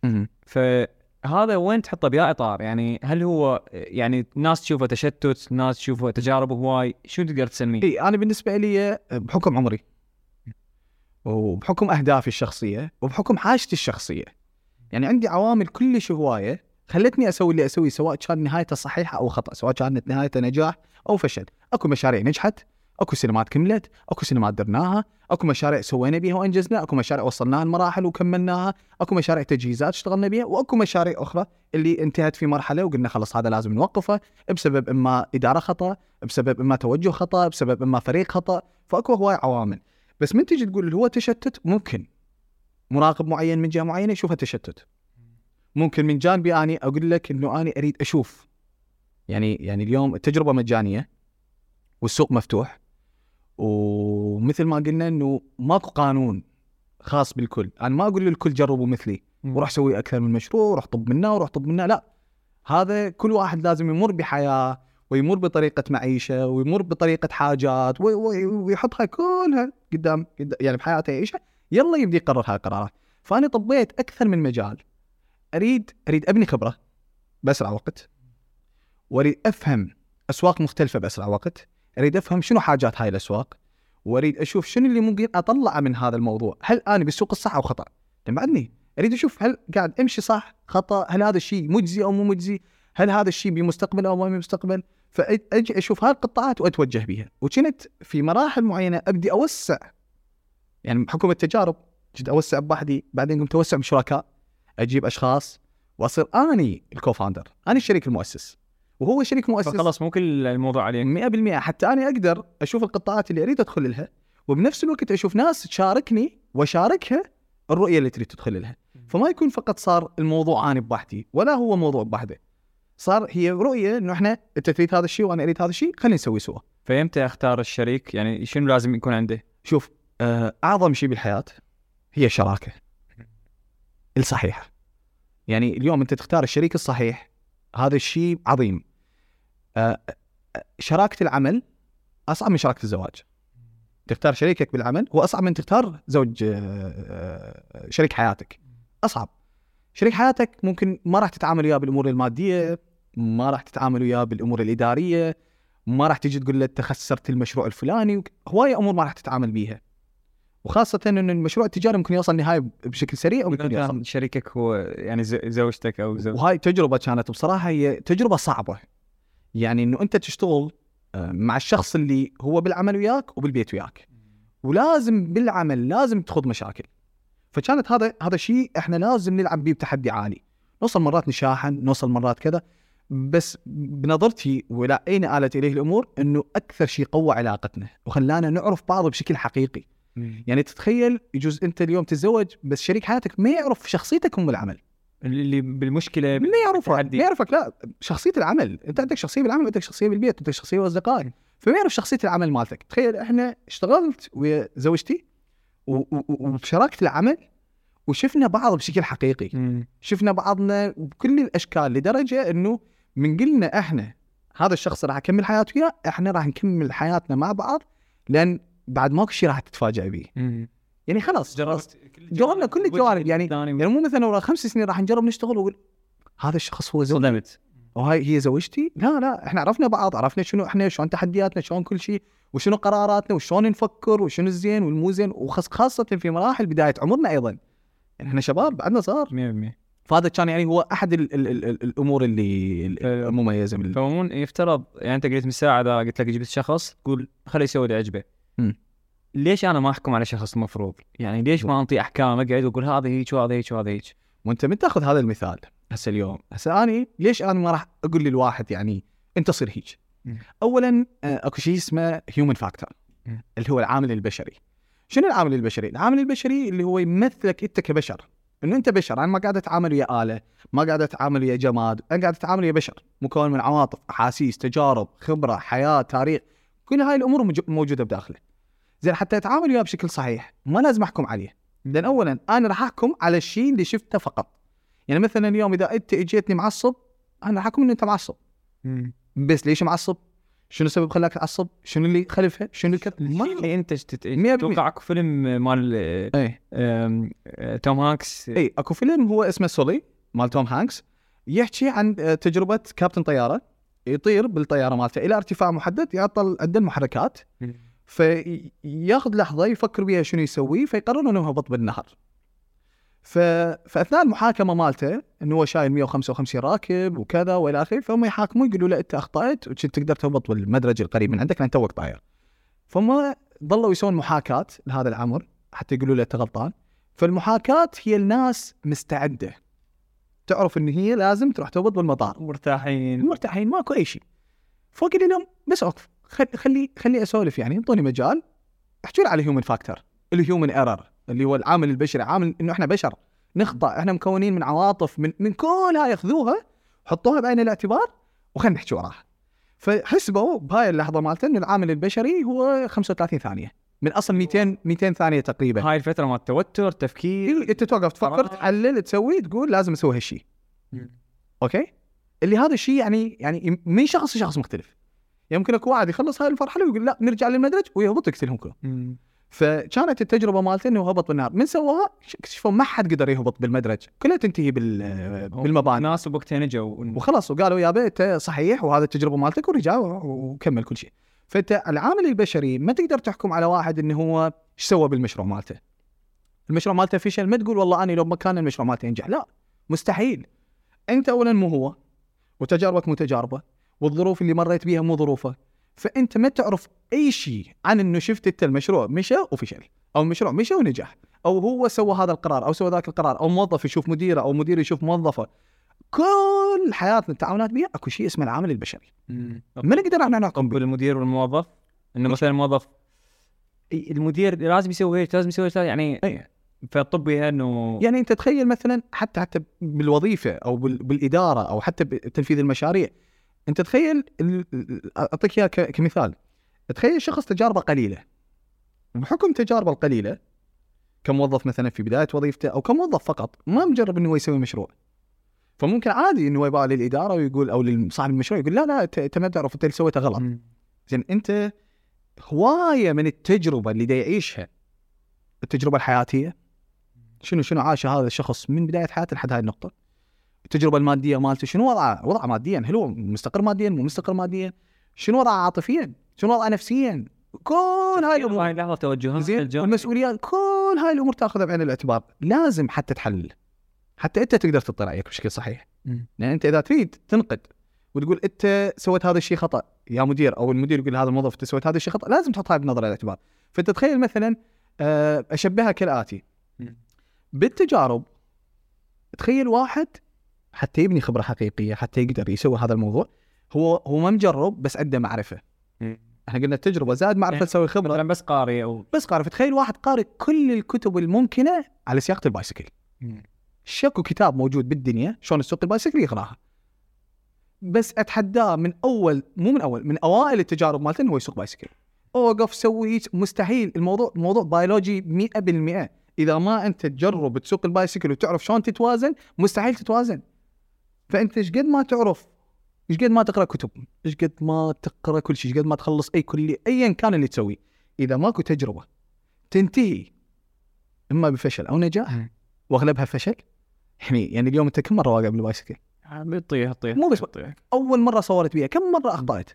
فهذا وين تحطه بيا اطار؟ يعني هل هو يعني ناس تشوفه تشتت، ناس تشوفه تجارب هواي، شو تقدر تسميه؟ اي انا بالنسبه لي بحكم عمري وبحكم اهدافي الشخصيه وبحكم حاجتي الشخصيه، يعني عندي عوامل كلش هوايه خلتني اسوي اللي اسويه، سواء كان نهايته صحيحه او خطا، سواء كانت نهايته نجاح او فشل. اكو مشاريع نجحت، اكو سينمات كملت، اكو سينمات درناها، اكو مشاريع سوينا بيها وانجزنا، اكو مشاريع وصلناها لمراحل وكملناها، اكو مشاريع تجهيزات اشتغلنا بيها، واكو مشاريع اخرى اللي انتهت في مرحله وقلنا خلص هذا لازم نوقفه بسبب اما اداره خطا، بسبب اما توجه خطا، بسبب اما فريق خطا. فاكو هواي عوامل. بس من تيجي تقول هو تشتت، ممكن مراقب معين من جهه معينه يشوفها تشتت، ممكن من جانبي اني اقول لك انه انا اريد اشوف. يعني اليوم التجربه مجانيه والسوق مفتوح، ومثل ما قلنا انه ماكو قانون خاص بالكل. انا ما اقول للكل جربوا مثلي وروح سوي اكثر من مشروع وروح طب منه وروح طب منه، لا. هذا كل واحد لازم يمر بحياه ويمر بطريقه معيشه ويمر بطريقه حاجات ويحطها كلها قدام يعني بحياته يعيشها، يلا يبدي يقرر هاي القرارات. فانا طبيت اكثر من مجال. اريد ابني خبره باسرع وقت، واريد افهم اسواق مختلفه باسرع وقت، اريد افهم شنو حاجات هاي الاسواق، واريد اشوف شنو اللي ممكن اطلعه من هذا الموضوع. هل انا بالسوق الصح او خطا؟ بعدني اريد اشوف هل قاعد امشي صح خطا، هل هذا الشيء مجزي او مو مجزي، هل هذا الشيء بمستقبل او ما بمستقبل. فاجي اشوف هاي القطاعات واتوجه بيها. وكنت في مراحل معينه ابدي اوسع، يعني بحكم التجارب جيت اوسع بوحدي، بعدين قمت اوسع بشركاء، اجيب اشخاص واصير اني الكوفاوندر، انا الشريك المؤسس وهو شريك مؤسس. خلاص مو كل الموضوع عليك 100%، حتى انا اقدر اشوف القطاعات اللي اريد ادخل لها، وبنفس الوقت اشوف ناس تشاركني وشاركها الرؤيه اللي تريد تدخل لها. فما يكون فقط صار الموضوع انا بوحدي، ولا هو موضوع بوحده، صار هي رؤيه انه احنا انت تريد هذا الشيء وانا اريد هذا الشيء، خلينا نسوي سوا. فيمتى اختار الشريك؟ يعني شنو لازم يكون عنده؟ شوف، اعظم شيء بالحياه هي الشراكه الصحيحه. يعني اليوم انت تختار الشريك الصحيح، هذا الشيء عظيم. شراكه العمل اصعب من شراكه الزواج. تختار شريكك بالعمل هو اصعب من تختار زوج، شريك حياتك اصعب. شريك حياتك ممكن ما راح تتعامل وياه بالامور الماديه، ما راح تتعامل وياه بالامور الاداريه، ما راح تيجي تقول له انت خسرت المشروع الفلاني، هوايه امور ما راح تتعامل بيها. وخاصه ان المشروع التجاري ممكن يوصل نهايه بشكل سريع، وممكن يوصل شريكك هو يعني زوجتك او زوج. وهاي تجربه كانت بصراحه هي تجربه صعبه. يعني انه انت تشتغل مع الشخص اللي هو بالعمل وياك وبالبيت وياك، ولازم بالعمل لازم تخوض مشاكل. فكانت هذا شيء احنا لازم نلعب بيه بتحدي عالي. نوصل مرات نشاحن، نوصل مرات كذا، بس بنظرتي ولا أين آلت إليه الأمور إنه أكثر شيء قوى علاقتنا وخلانا نعرف بعض بشكل حقيقي. يعني تتخيل يجوز أنت اليوم تتزوج بس شريك حياتك ما يعرف شخصيتك من العمل، اللي بالمشكله ما يعرفها، ما يعرفك لا شخصية العمل. أنت عندك شخصية بالعمل وعندك شخصية بالبيت وعندك شخصية وأصدقائك، فما يعرف شخصية العمل مالتك. تخيل إحنا اشتغلت وزوجتي وشاركت العمل وشفنا بعض بشكل حقيقي. شفنا بعضنا بكل الأشكال لدرجة إنه من قلنا إحنا هذا الشخص راح أكمل حياته وياه، إحنا راح نكمل حياتنا مع بعض، لأن بعد ماكو شيء راح تتفاجأ به. يعني خلاص جربنا كل الجوانب. يعني مو مثلا ورا 5 سنين راح نجرب نشتغل وقول هذا الشخص هو زوجي صدمت وهاي هي زوجتي. لا احنا عرفنا بعض، عرفنا شنو احنا، شلون تحدياتنا، شلون كل شيء، وشنو قراراتنا، وشلون نفكر، وشنو الزين والمو زين، وخاصة في مراحل بداية عمرنا أيضا. يعني احنا شباب بعدنا صار 100%. فهذا كان يعني هو أحد الأمور اللي المميزة من فمون يفترض يعني أنت قلت مساعدة، قلت لك جبت شخص تقول خليه يسوي اللي عجبه. ليش أنا ما أحكم على شخص المفروض؟ يعني ليش ما أنطي أحكام أقعد وأقول هذا هيك وهذا هيك وهذا هيك؟ وأنت من تأخذ هذا المثال هسه اليوم، هسه أنا ليش أنا ما راح أقول للواحد يعني أنت صير هيك؟ أولاً أكو شيء اسمه human factor اللي هو العامل البشري. شنو العامل البشري؟ العامل البشري اللي هو يمثلك أنت كبشر، إنه أنت بشر. أنا ما قاعد أتعامل ويا آلة، ما قاعد أتعامل ويا جماد، أنا قاعد أتعامل ويا بشر مكون من عواطف، أحاسيس، تجارب، خبرة، حياة، تاريخ، كل هاي الأمور موجودة بداخله. زين حتى أتعامل وياه بشكل صحيح ما لازم أحكم عليه، لأن أولاً أنا راح أحكم على الشيء اللي شفته فقط. يعني مثلاً اليوم إذا أنت إجيتني معصب أنا راح أحكم إن أنت معصب. بس ليش معصب؟ شنو السبب خلاك تعصب؟ شنو اللي خلفها؟ شنو اللي انت توقع اكو فيلم مال توم هانكس. اي اكو فيلم هو اسمه سولي مال توم هانكس، يحكي عن تجربة كابتن طيارة يطير بالطيارة مالته إلى ارتفاع محدد، يعطل عدة محركات، فياخذ لحظة يفكر بيها شنو يسوي، فيقرر انه يهبط بالنهر. فاثناء المحاكمه مالته انه هو شايل 155 راكب وكذا والى اخره، فهم يحاكموا يقولوا له انت اخطات وكنت تقدر تهبط بالمدرج القريب من عندك لان توك طاير. فهم ضلوا يسوون محاكاه لهذا الامر حتى يقولوا له انت غلطان. فالمحاكاه هي الناس مستعده تعرف ان هي لازم تروح تهبط بالمطار مرتاحين ماكو اي شيء. فقلت لهم بس اوقف خلي اسولف، يعني انطوني مجال احكوا لي على هيومن فاكتور، الهيومن ايرور اللي هو العامل البشري، عامل انه احنا بشر نخطأ، احنا مكونين من عواطف، من كل هاي ياخذوها حطوها بعين الاعتبار وخلينا نحكي وراها. فحسبوا بهاي اللحظه مالته انه العامل البشري هو 35 ثانيه من اصل 200 ثانيه تقريبا. هاي الفتره مال التوتر، تفكير، انت توقف تفكر تحلل تسوي تقول لازم اسوي هالشيء. اوكي، اللي هذا الشيء يعني من شخص لشخص مختلف. يمكن اكو واحد يخلص هاي الفرحه ويقول لا نرجع للمدرج ويهبط يقتلهم كلهم. فكانت التجربة مالته انه هبط بالنهر. من سواها اكتشفوا ما حد قدر يهبط بالمدرج، كلها تنتهي بالمباني. الناس وقتها نجوا وخلاص وقالوا يا بيت صحيح وهذا التجربة مالتك، ورجعوا وكمل كل شيء. فانت العامل البشري ما تقدر تحكم على واحد انه هو ايش سوى بالمشروع مالته. المشروع مالته فشل ما تقول والله انا لو ما كان المشروع مالته ينجح، لا مستحيل. انت اولا مو هو، وتجاربك مو تجاربه، والظروف اللي مريت بيها مو ظروفه. فأنت ما تعرف أي شيء عن إنه شفت أنت المشروع مشى وفشل، أو المشروع مشى ونجح، أو هو سوى هذا القرار أو سوى ذاك القرار، أو موظف يشوف مديره أو مدير يشوف موظفه. كل حياتنا التعاملات بيها أكو شيء اسمه العامل البشري. ما نقدر احنا نحكم بالمدير والموظف إنه مثلا الموظف المدير لازم يسوي هيك لازم يسوي يعني فالطبي انه يعني انت تخيل مثلا حتى بالوظيفه او بالاداره او حتى بتنفيذ المشاريع. انت تخيل اعطيك اياه كمثال، تخيل شخص تجاربه قليله، بحكم تجاربه القليله كموظف مثلا في بدايه وظيفته او كموظف فقط ما مجرب انه يسوي مشروع، فممكن عادي انه يبقى للاداره ويقول او لصاحب المشروع يقول لا انت ما تعرف انت اللي سويته غلط. زين انت هوايه من التجربه اللي دا يعيشها، التجربه الحياتيه، شنو عاش هذا الشخص من بدايه حياته لحد هاي النقطه، التجربه الماديه مالته شنو وضعه ماديا، هل هو مستقر ماديا مو مستقر ماديا، شنو وضعه عاطفيا، شنو وضعه نفسيا، كل هاي الامور، هاي لحظه توجهات والمسؤوليات، كل هاي الامور تاخذها بعين الاعتبار. لازم حتى تحلل، حتى انت تقدر تعطي رايك بشكل صحيح. لان انت اذا تريد تنقد وتقول انت سويت هذا الشيء خطا يا مدير، او المدير يقول هذا الموظف انت سويت هذا الشيء خطا، لازم تحطها بنظر الاعتبار. فانت تخيل مثلا اشبهها كالاتي بالتجارب. تخيل واحد حتى يبني خبره حقيقيه، حتى يقدر يسوي هذا الموضوع، هو ما مجرب بس عنده معرفه. احنا قلنا التجربه زاد معرفه تسوي خبره. مثلا بس قارئ او بس قارئ، فتخيل واحد قارئ كل الكتب الممكنه على سياقه البايسكل. شكو كتاب موجود بالدنيا شلون تسوق البايسكل يقراها، بس اتحداه من اوائل التجارب مالته انه هو يسوق بايسكل. اوقف سوي مستحيل. موضوع بيولوجي 100%. اذا ما انت تجرب تسوق البايسكل وتعرف شلون تتوازن مستحيل تتوازن. فانت ايش قد ما تعرف، ايش قد ما تقرا كتب، ايش قد ما تقرا كل شيء، ايش قد ما تخلص ايا كان اللي تسويه، اذا ماكو تجربه تنتهي اما بفشل او نجاح، واغلبها فشل. يعني اليوم انت كم مره واقع بالبايسكل؟ بتطيح مو بس اول مره صورت بيها كم مره اخطأت؟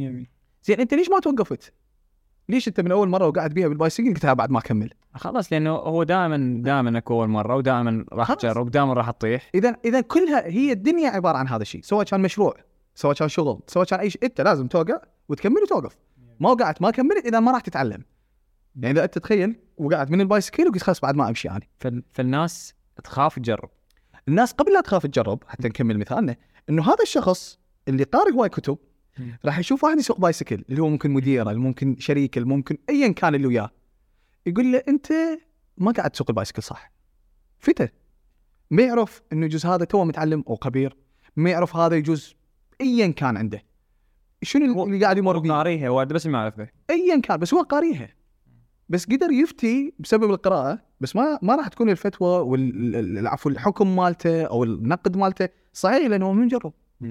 زين انت ليش ما توقفت؟ ليش انت من اول مره وقعت بيها بالبايسكل قلتها بعد ما اكمل؟ خلاص، لانه هو دائما اكو اول مره، ودائما راح تجرب، دائما راح تطيح. اذا كلها هي الدنيا عباره عن هذا الشيء، سواء كان مشروع، سواء كان شغل، سواء كان اي شيء، انت لازم توقع وتكمل وتوقف. ما وقعت ما كملت اذا ما راح تتعلم. يعني اذا انت تخيل وقعت من البايسكل وقلت خلاص بعد ما امشي يعني. فالناس تخاف تجرب. الناس قبل لا تخاف تجرب، حتى نكمل مثالنا، انه هذا الشخص اللي قارئ هواي كتب راح يشوف واحد يسوق بايسكل اللي هو ممكن مديره، ممكن شريكه، ممكن ايا كان اللي وياه، يقول له انت ما قاعد تسوق البايسكل صح. فته ما يعرف انه يجوز هذا تو متعلم او خبير، ما يعرف هذا يجوز ايا كان عنده شنو اللي قاعد يمر بيه، قاريها واحد بس ما يعرفه ايا كان، بس هو قاريها، بس قدر يفتي بسبب القراءه، بس ما راح تكون الفتوى والعفو الحكم مالته او النقد مالته صحيح لانه هو مجرب.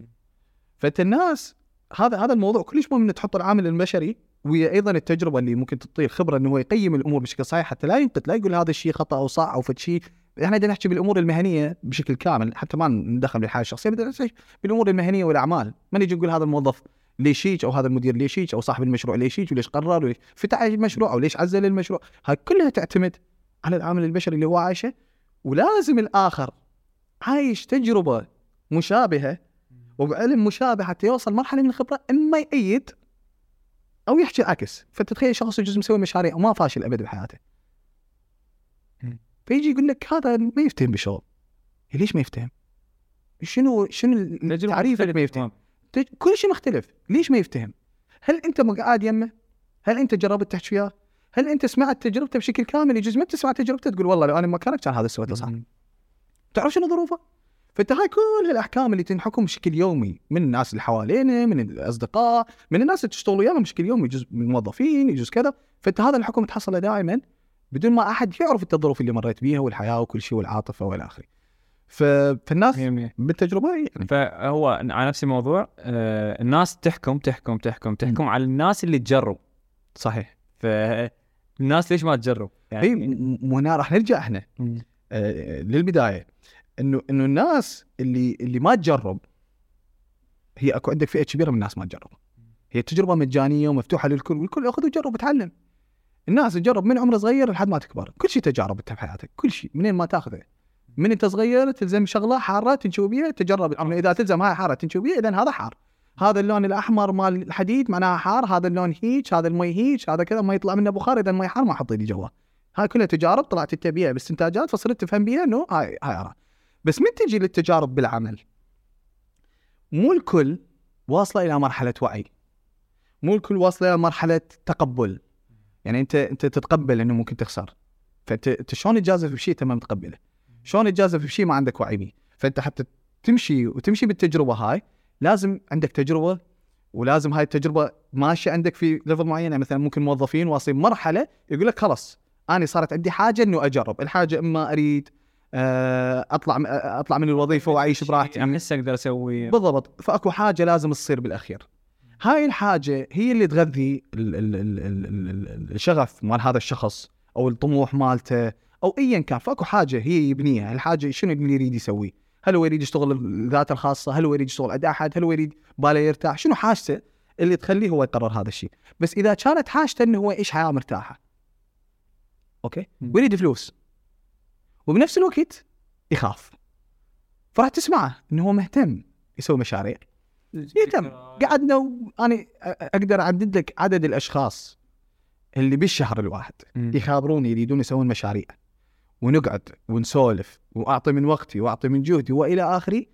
فانت الناس هذا الموضوع كلش مهم انه تحط العامل البشري وهي ايضا التجربه اللي ممكن تعطيه الخبره انه هو يقيم الامور بشكل صحيح، حتى لا ينقد، لا يقول هذا الشيء خطا او صح او فد شيء. احنا بدنا نحكي بالامور المهنيه بشكل كامل، حتى ما ندخل بالحياه الشخصيه، بدنا نحكي بالامور المهنيه والاعمال. ما نيجي نقول هذا الموظف ليش هيك، او هذا المدير ليش هيك، او صاحب المشروع ليش هيك، وليش قرر، وليش فتح المشروع، او ليش عزل المشروع. هاي كلها تعتمد على العامل البشري اللي هو عايشه. ولازم الاخر عايش تجربه مشابهه وبعلم مشابه حتى يوصل مرحله من الخبره، اما يأيد او يحكي العكس. فتتخيل شخص يجوز مسوي مشاريع وما فاشل ابد بحياته، فيجي يقول لك هذا ما يفتهم بالشغل. ليش ما يفتهم؟ شنو تعريفك ما يفتهم؟ كل شيء مختلف. ليش ما يفتهم؟ هل انت مقعد يمه؟ هل انت جربت تحكي وياه؟ هل انت سمعت تجربته بشكل كامل؟ يجوز ما تسمع تجربته تقول والله لو انا مكانك كان هذا سويته صح. تعرف شنو ظروفه؟ فانت هاي كل الاحكام اللي تنحكم بشكل يومي من الناس اللي حوالينا، من الاصدقاء، من الناس اللي تشتغل وياهم بشكل يومي، يجوز من الموظفين، يجوز كذا. فانت هذا الحكم تحصله دائما بدون ما احد يعرف الظروف اللي مريت بيها والحياه وكل شيء والعاطفه والى اخره. فالناس بالتجربه يعني. فهو على نفس الموضوع الناس تحكم على الناس اللي تجرب. صحيح. فالناس ليش ما تجرب يعني؟ هنا راح نرجع احنا للبدايه، انه الناس اللي ما تجرب، هي اكو عندك فئه كبيره من الناس ما تجرب. هي تجربه مجانيه ومفتوحه للكل، والكل ياخذ ويجرب ويتعلم. الناس تجرب من عمر صغير لحد ما تكبر، كل شيء تجارب انت بحياتك، كل شيء منين ما تاخذه. من انت صغير تلزم شغله حاره تنشوف بيها، تجرب اذا تلزم هاي حاره تنشوف بيها، اذا هذا حار. هذا اللون الاحمر مال الحديد معناها حار، هذا اللون هيك، هذا المي هيك، هذا كذا، ما يطلع منه بخار، اذا المي حار ما احط ايدي جوا. هاي كلها تجارب طلعت انت بيها باستنتاجات، فصرت تفهم بيها انه هاي أرى. بس من تجي للتجارب بالعمل، مو الكل واصله الى مرحله وعي، مو الكل واصله الى مرحله تقبل. يعني انت تتقبل انه ممكن تخسر، فانت شلون تجازف بشيء انت ما متقبله؟ شلون تجازف بشيء ما عندك وعي بيه؟ فانت حتى تمشي بالتجربه هاي لازم عندك تجربه، ولازم هاي التجربه ماشيه عندك في ليفل معين. يعني مثلا ممكن موظفين واصلين مرحله يقول لك خلاص انا صارت عندي حاجه انه اجرب الحاجه، اما اريد اطلع من الوظيفه واعيش براحتي، احس اقدر اسوي بالضبط. فاكو حاجه لازم تصير بالاخير، هاي الحاجه هي اللي تغذي الشغف مال هذا الشخص او الطموح مالته او ايا كان. فاكو حاجه هي يبنيها. الحاجه شنو اللي يريد يسويه؟ هل هو يريد يشتغل ذاته الخاصه؟ هل هو يريد يشتغل عند احد؟ هل هو يريد باله يرتاح؟ شنو حاجته اللي تخليه هو يقرر هذا الشيء؟ بس اذا كانت حاجته انه هو يعيش حياه مرتاحه، اوكي، ويريد فلوس، وبنفس الوقت يخاف، فراح تسمعه انه هو مهتم يسوي مشاريع، يهتم. قعدنا انا اقدر اعدد لك عدد الاشخاص اللي بالشهر الواحد يخابروني يريدون يسوون مشاريع، ونقعد ونسولف واعطي من وقتي واعطي من جهدي والى اخره.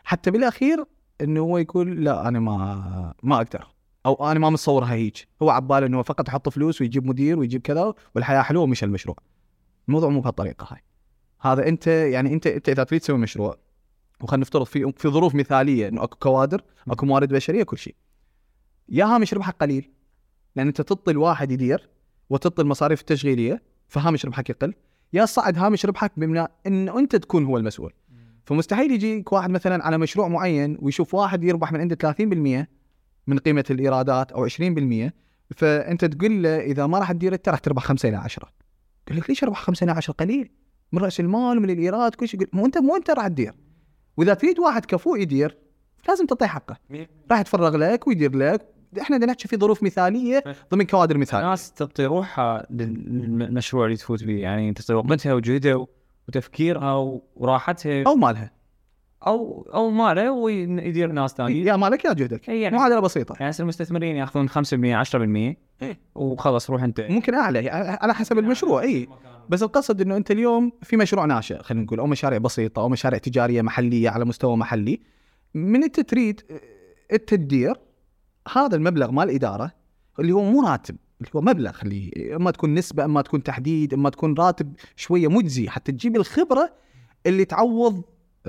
حتى بالاخير انه هو يقول لا انا ما اقدر، او انا ما متصورها هيك. هو عباله انه فقط يحط فلوس ويجيب مدير ويجيب كذا والحياه حلوه ومش المشروع. الموضوع مو بهالطريقه هاي. هذا انت يعني انت اذا تريد تسوي مشروع، وخلينا نفترض في ظروف مثاليه انه اكو كوادر، اكو موارد بشريه، كل شيء، يا هامش ربحك قليل لان انت تعطي الواحد يدير وتعطي المصاريف التشغيليه فهامش ربحك يقل، يا صعد هامش ربحك بمعنى انه انت تكون هو المسؤول. فمستحيل يجيك واحد مثلا على مشروع معين ويشوف واحد يربح من عنده 30% من قيمه الايرادات او 20%، فانت تقول له اذا ما راح تدير انت راح تربح 5 إلى 10، يقول لك ليش اربح 5 إلى 10 قليل من راس المال ومن الايراد كل شيء. مو انت راح تدير. واذا تريد واحد كفؤ يدير لازم تعطيه حقه، راح يتفرغ لك ويدير لك. احنا بدنا نحكي في ظروف مثاليه ضمن كوادر مثاليه. الناس تعطي روحها للمشروع اللي تفوت به، يعني تعطي وقتها وجهدها وتفكيرها وراحتها او مالها او ماله ويدير ناس ثانيين. يا مالك يا جهدك، يعني معادله بسيطه. يعني المستثمرين ياخذون 5% 10% وخلص روح انت. ممكن اعلى على حسب المشروع. اي بس القصد انه انت اليوم في مشروع ناشئ خلينا نقول، او مشاريع بسيطه او مشاريع تجاريه محليه على مستوى محلي، من انت تريد انت تدير هذا المبلغ مال الاداره اللي هو مو راتب، اللي هو مبلغ اللي اما تكون نسبه اما تكون تحديد اما تكون راتب شويه مجزي حتى تجيب الخبره اللي تعوض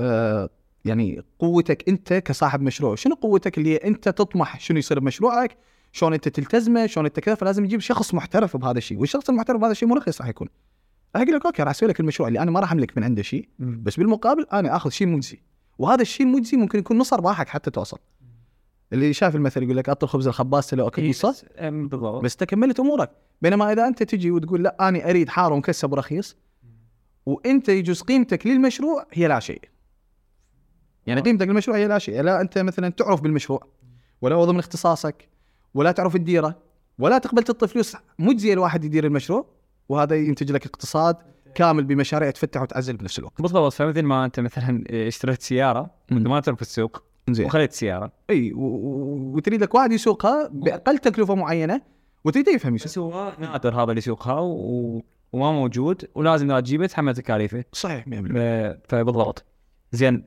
يعني قوتك انت كصاحب مشروع. شنو قوتك اللي انت تطمح شنو يصير بمشروعك، شلون انت تلتزمه، شلون انت كذا. فلازم تجيب شخص محترف بهذا الشيء، والشخص المحترف بهذا الشيء مرخص راح يكون. راح يقول لك اوكي راح اسوي لك المشروع اللي انا ما راح املك من عنده شيء، بس بالمقابل انا اخذ شيء مجزي، وهذا الشيء المجزي ممكن يكون نص ارباحك حتى توصل. اللي شاف المثل يقول لك اطل خبز الخباز لو اكل نصه بس تكملت امورك. بينما اذا انت تجي وتقول لا انا اريد حار ومكسب ورخيص، وانت يجوز قيمتك للمشروع هي لا شيء، يعني قيمتك للمشروع هي لا شيء، لا انت مثلا تعرف بالمشروع ولا هو ضمن اختصاصك ولا تعرف تديره ولا تقبل تعطي فلوس مجزيه الواحد يدير المشروع، وهذا ينتج لك اقتصاد كامل بمشاريع تفتح وتعزل بنفس الوقت. بالضبط. فمثل ما انت مثلا اشتريت سياره وانت ما تعرف السوق وخليت سياره اي وتريد لك واحد يسوقها باقل تكلفه معينه وتريد يفهم يسوق، بس هو نادر هذا اللي يسوقها وما موجود ولازم لا تجيبه تحمل تكاليفه. صحيح 100%. فبالضبط. زين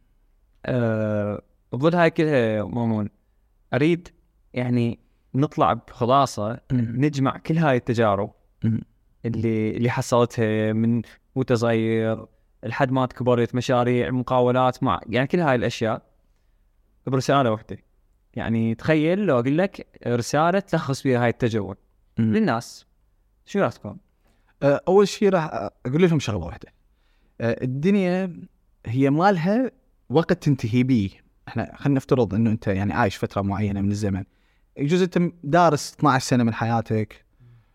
ضد هاي كلها مامون اريد يعني نطلع بخلاصه نجمع كل هاي التجارب اللي حصلتها من وانت صغير لحد ما كبرت، مشاريع مقاولات مع يعني كل هاي الاشياء برساله واحده. يعني تخيل لو اقول لك رساله تلخص فيها هاي التجربه للناس، شو راح تكون؟ اول شيء راح اقول لهم شغله واحده، الدنيا هي مالها وقت تنتهي بيه. احنا خلينا نفترض انه انت يعني عايش فتره معينه من الزمن، يجوز انت دارس 12 سنه من حياتك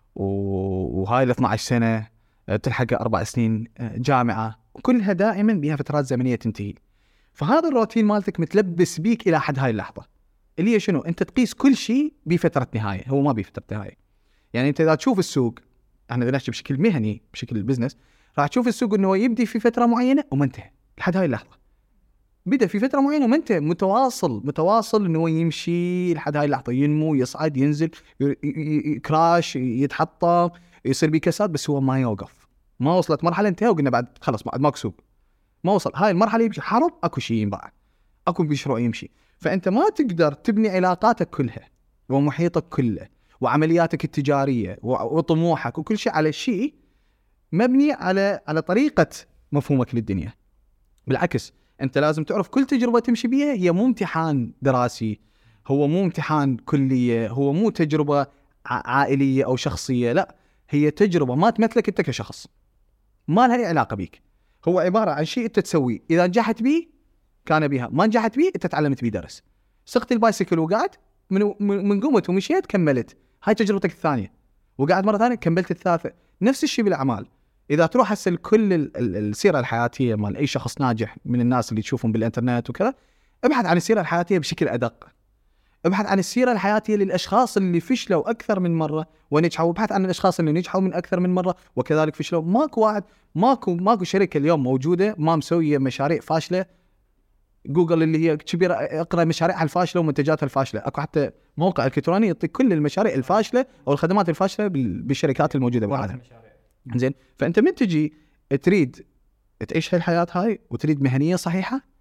وهاي ال 12 سنه تلحق 4 سنين جامعه، وكلها دائما بها فترات زمنيه تنتهي. فهذا الروتين مالتك متلبس بيك الى حد هاي اللحظه اللي هي شنو؟ انت تقيس كل شيء بفتره نهايه، هو ما بفتره نهايه. يعني انت اذا تشوف السوق، احنا بدنا نحكي بشكل مهني بشكل بزنس، راح تشوف السوق انه يبدي في فتره معينه وما انتهى لحد هاي اللحظه. بدا في فتره معينه وما انتهى، متواصل انه يمشي لحد هاي اللحظه، ينمو يصعد ينزل كراش يتحطم يصير بكساد، بس هو ما يوقف. ما وصلت مرحله انتهى وقلنا بعد خلص بعد ماكو سوق، ما وصل هاي المرحله يمشي حرب، اكو شيء ينباع، اكو مشروع يمشي. فانت ما تقدر تبني علاقاتك كلها ومحيطك كله وعملياتك التجاريه وطموحك وكل شيء على شيء مبني على طريقه مفهومك للدنيا. بالعكس انت لازم تعرف كل تجربه تمشي بيها هي مو امتحان دراسي، هو مو امتحان كليه، هو مو تجربه عائليه او شخصيه، لا هي تجربه ما تمثلك انت كشخص، ما لها اي علاقه بيك. هو عباره عن شيء انت تسويه، اذا نجحت بيه كان بها، ما نجحت بيه انت تعلمت بيه درس. سقت البايسكل وقعد من قمت ومشيت كملت، هاي تجربتك الثانيه، وقعد مره ثانيه كملت الثالثه. نفس الشيء بالاعمال. اذا تروح هسه كل السيره الحياتيه مال اي شخص ناجح من الناس اللي تشوفهم بالانترنت وكذا، ابحث عن السيره الحياتيه بشكل ادق، ابحث عن السيره الحياتيه للاشخاص اللي فشلوا اكثر من مره ونجحوا، وابحث عن الاشخاص اللي نجحوا من اكثر من مره وكذلك فشلوا. ماكو واحد ماكو شركه اليوم موجوده ما مسويه مشاريع فاشله. جوجل اللي هي كبيره اقرا مشاريعها الفاشله ومنتجاتها الفاشله، اكو حتى موقع الكتروني يعطيك كل المشاريع الفاشله او الخدمات الفاشله بالشركات الموجوده بالعالم. زين، فانت من تجي تريد تعيش هالحياه هاي وتريد مهنيه صحيحه،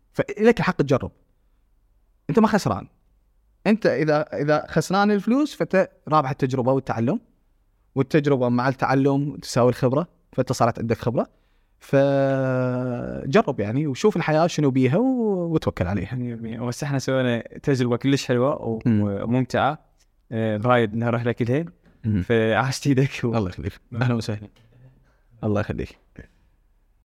فلك الحق تجرب، انت ما خسران. انت اذا خسران الفلوس فانت رابح التجربه والتعلم، والتجربه مع التعلم تساوي الخبره، فانت صارت عندك خبره. فجرب يعني وشوف الحياه شنو بيها وتوكل عليها. بس احنا سوينا تجربه كلش حلوه وممتعه. رايد نروح لك الحين، فعاشت ايدك الله يخليك. اهلا وسهلا. الله يخليك.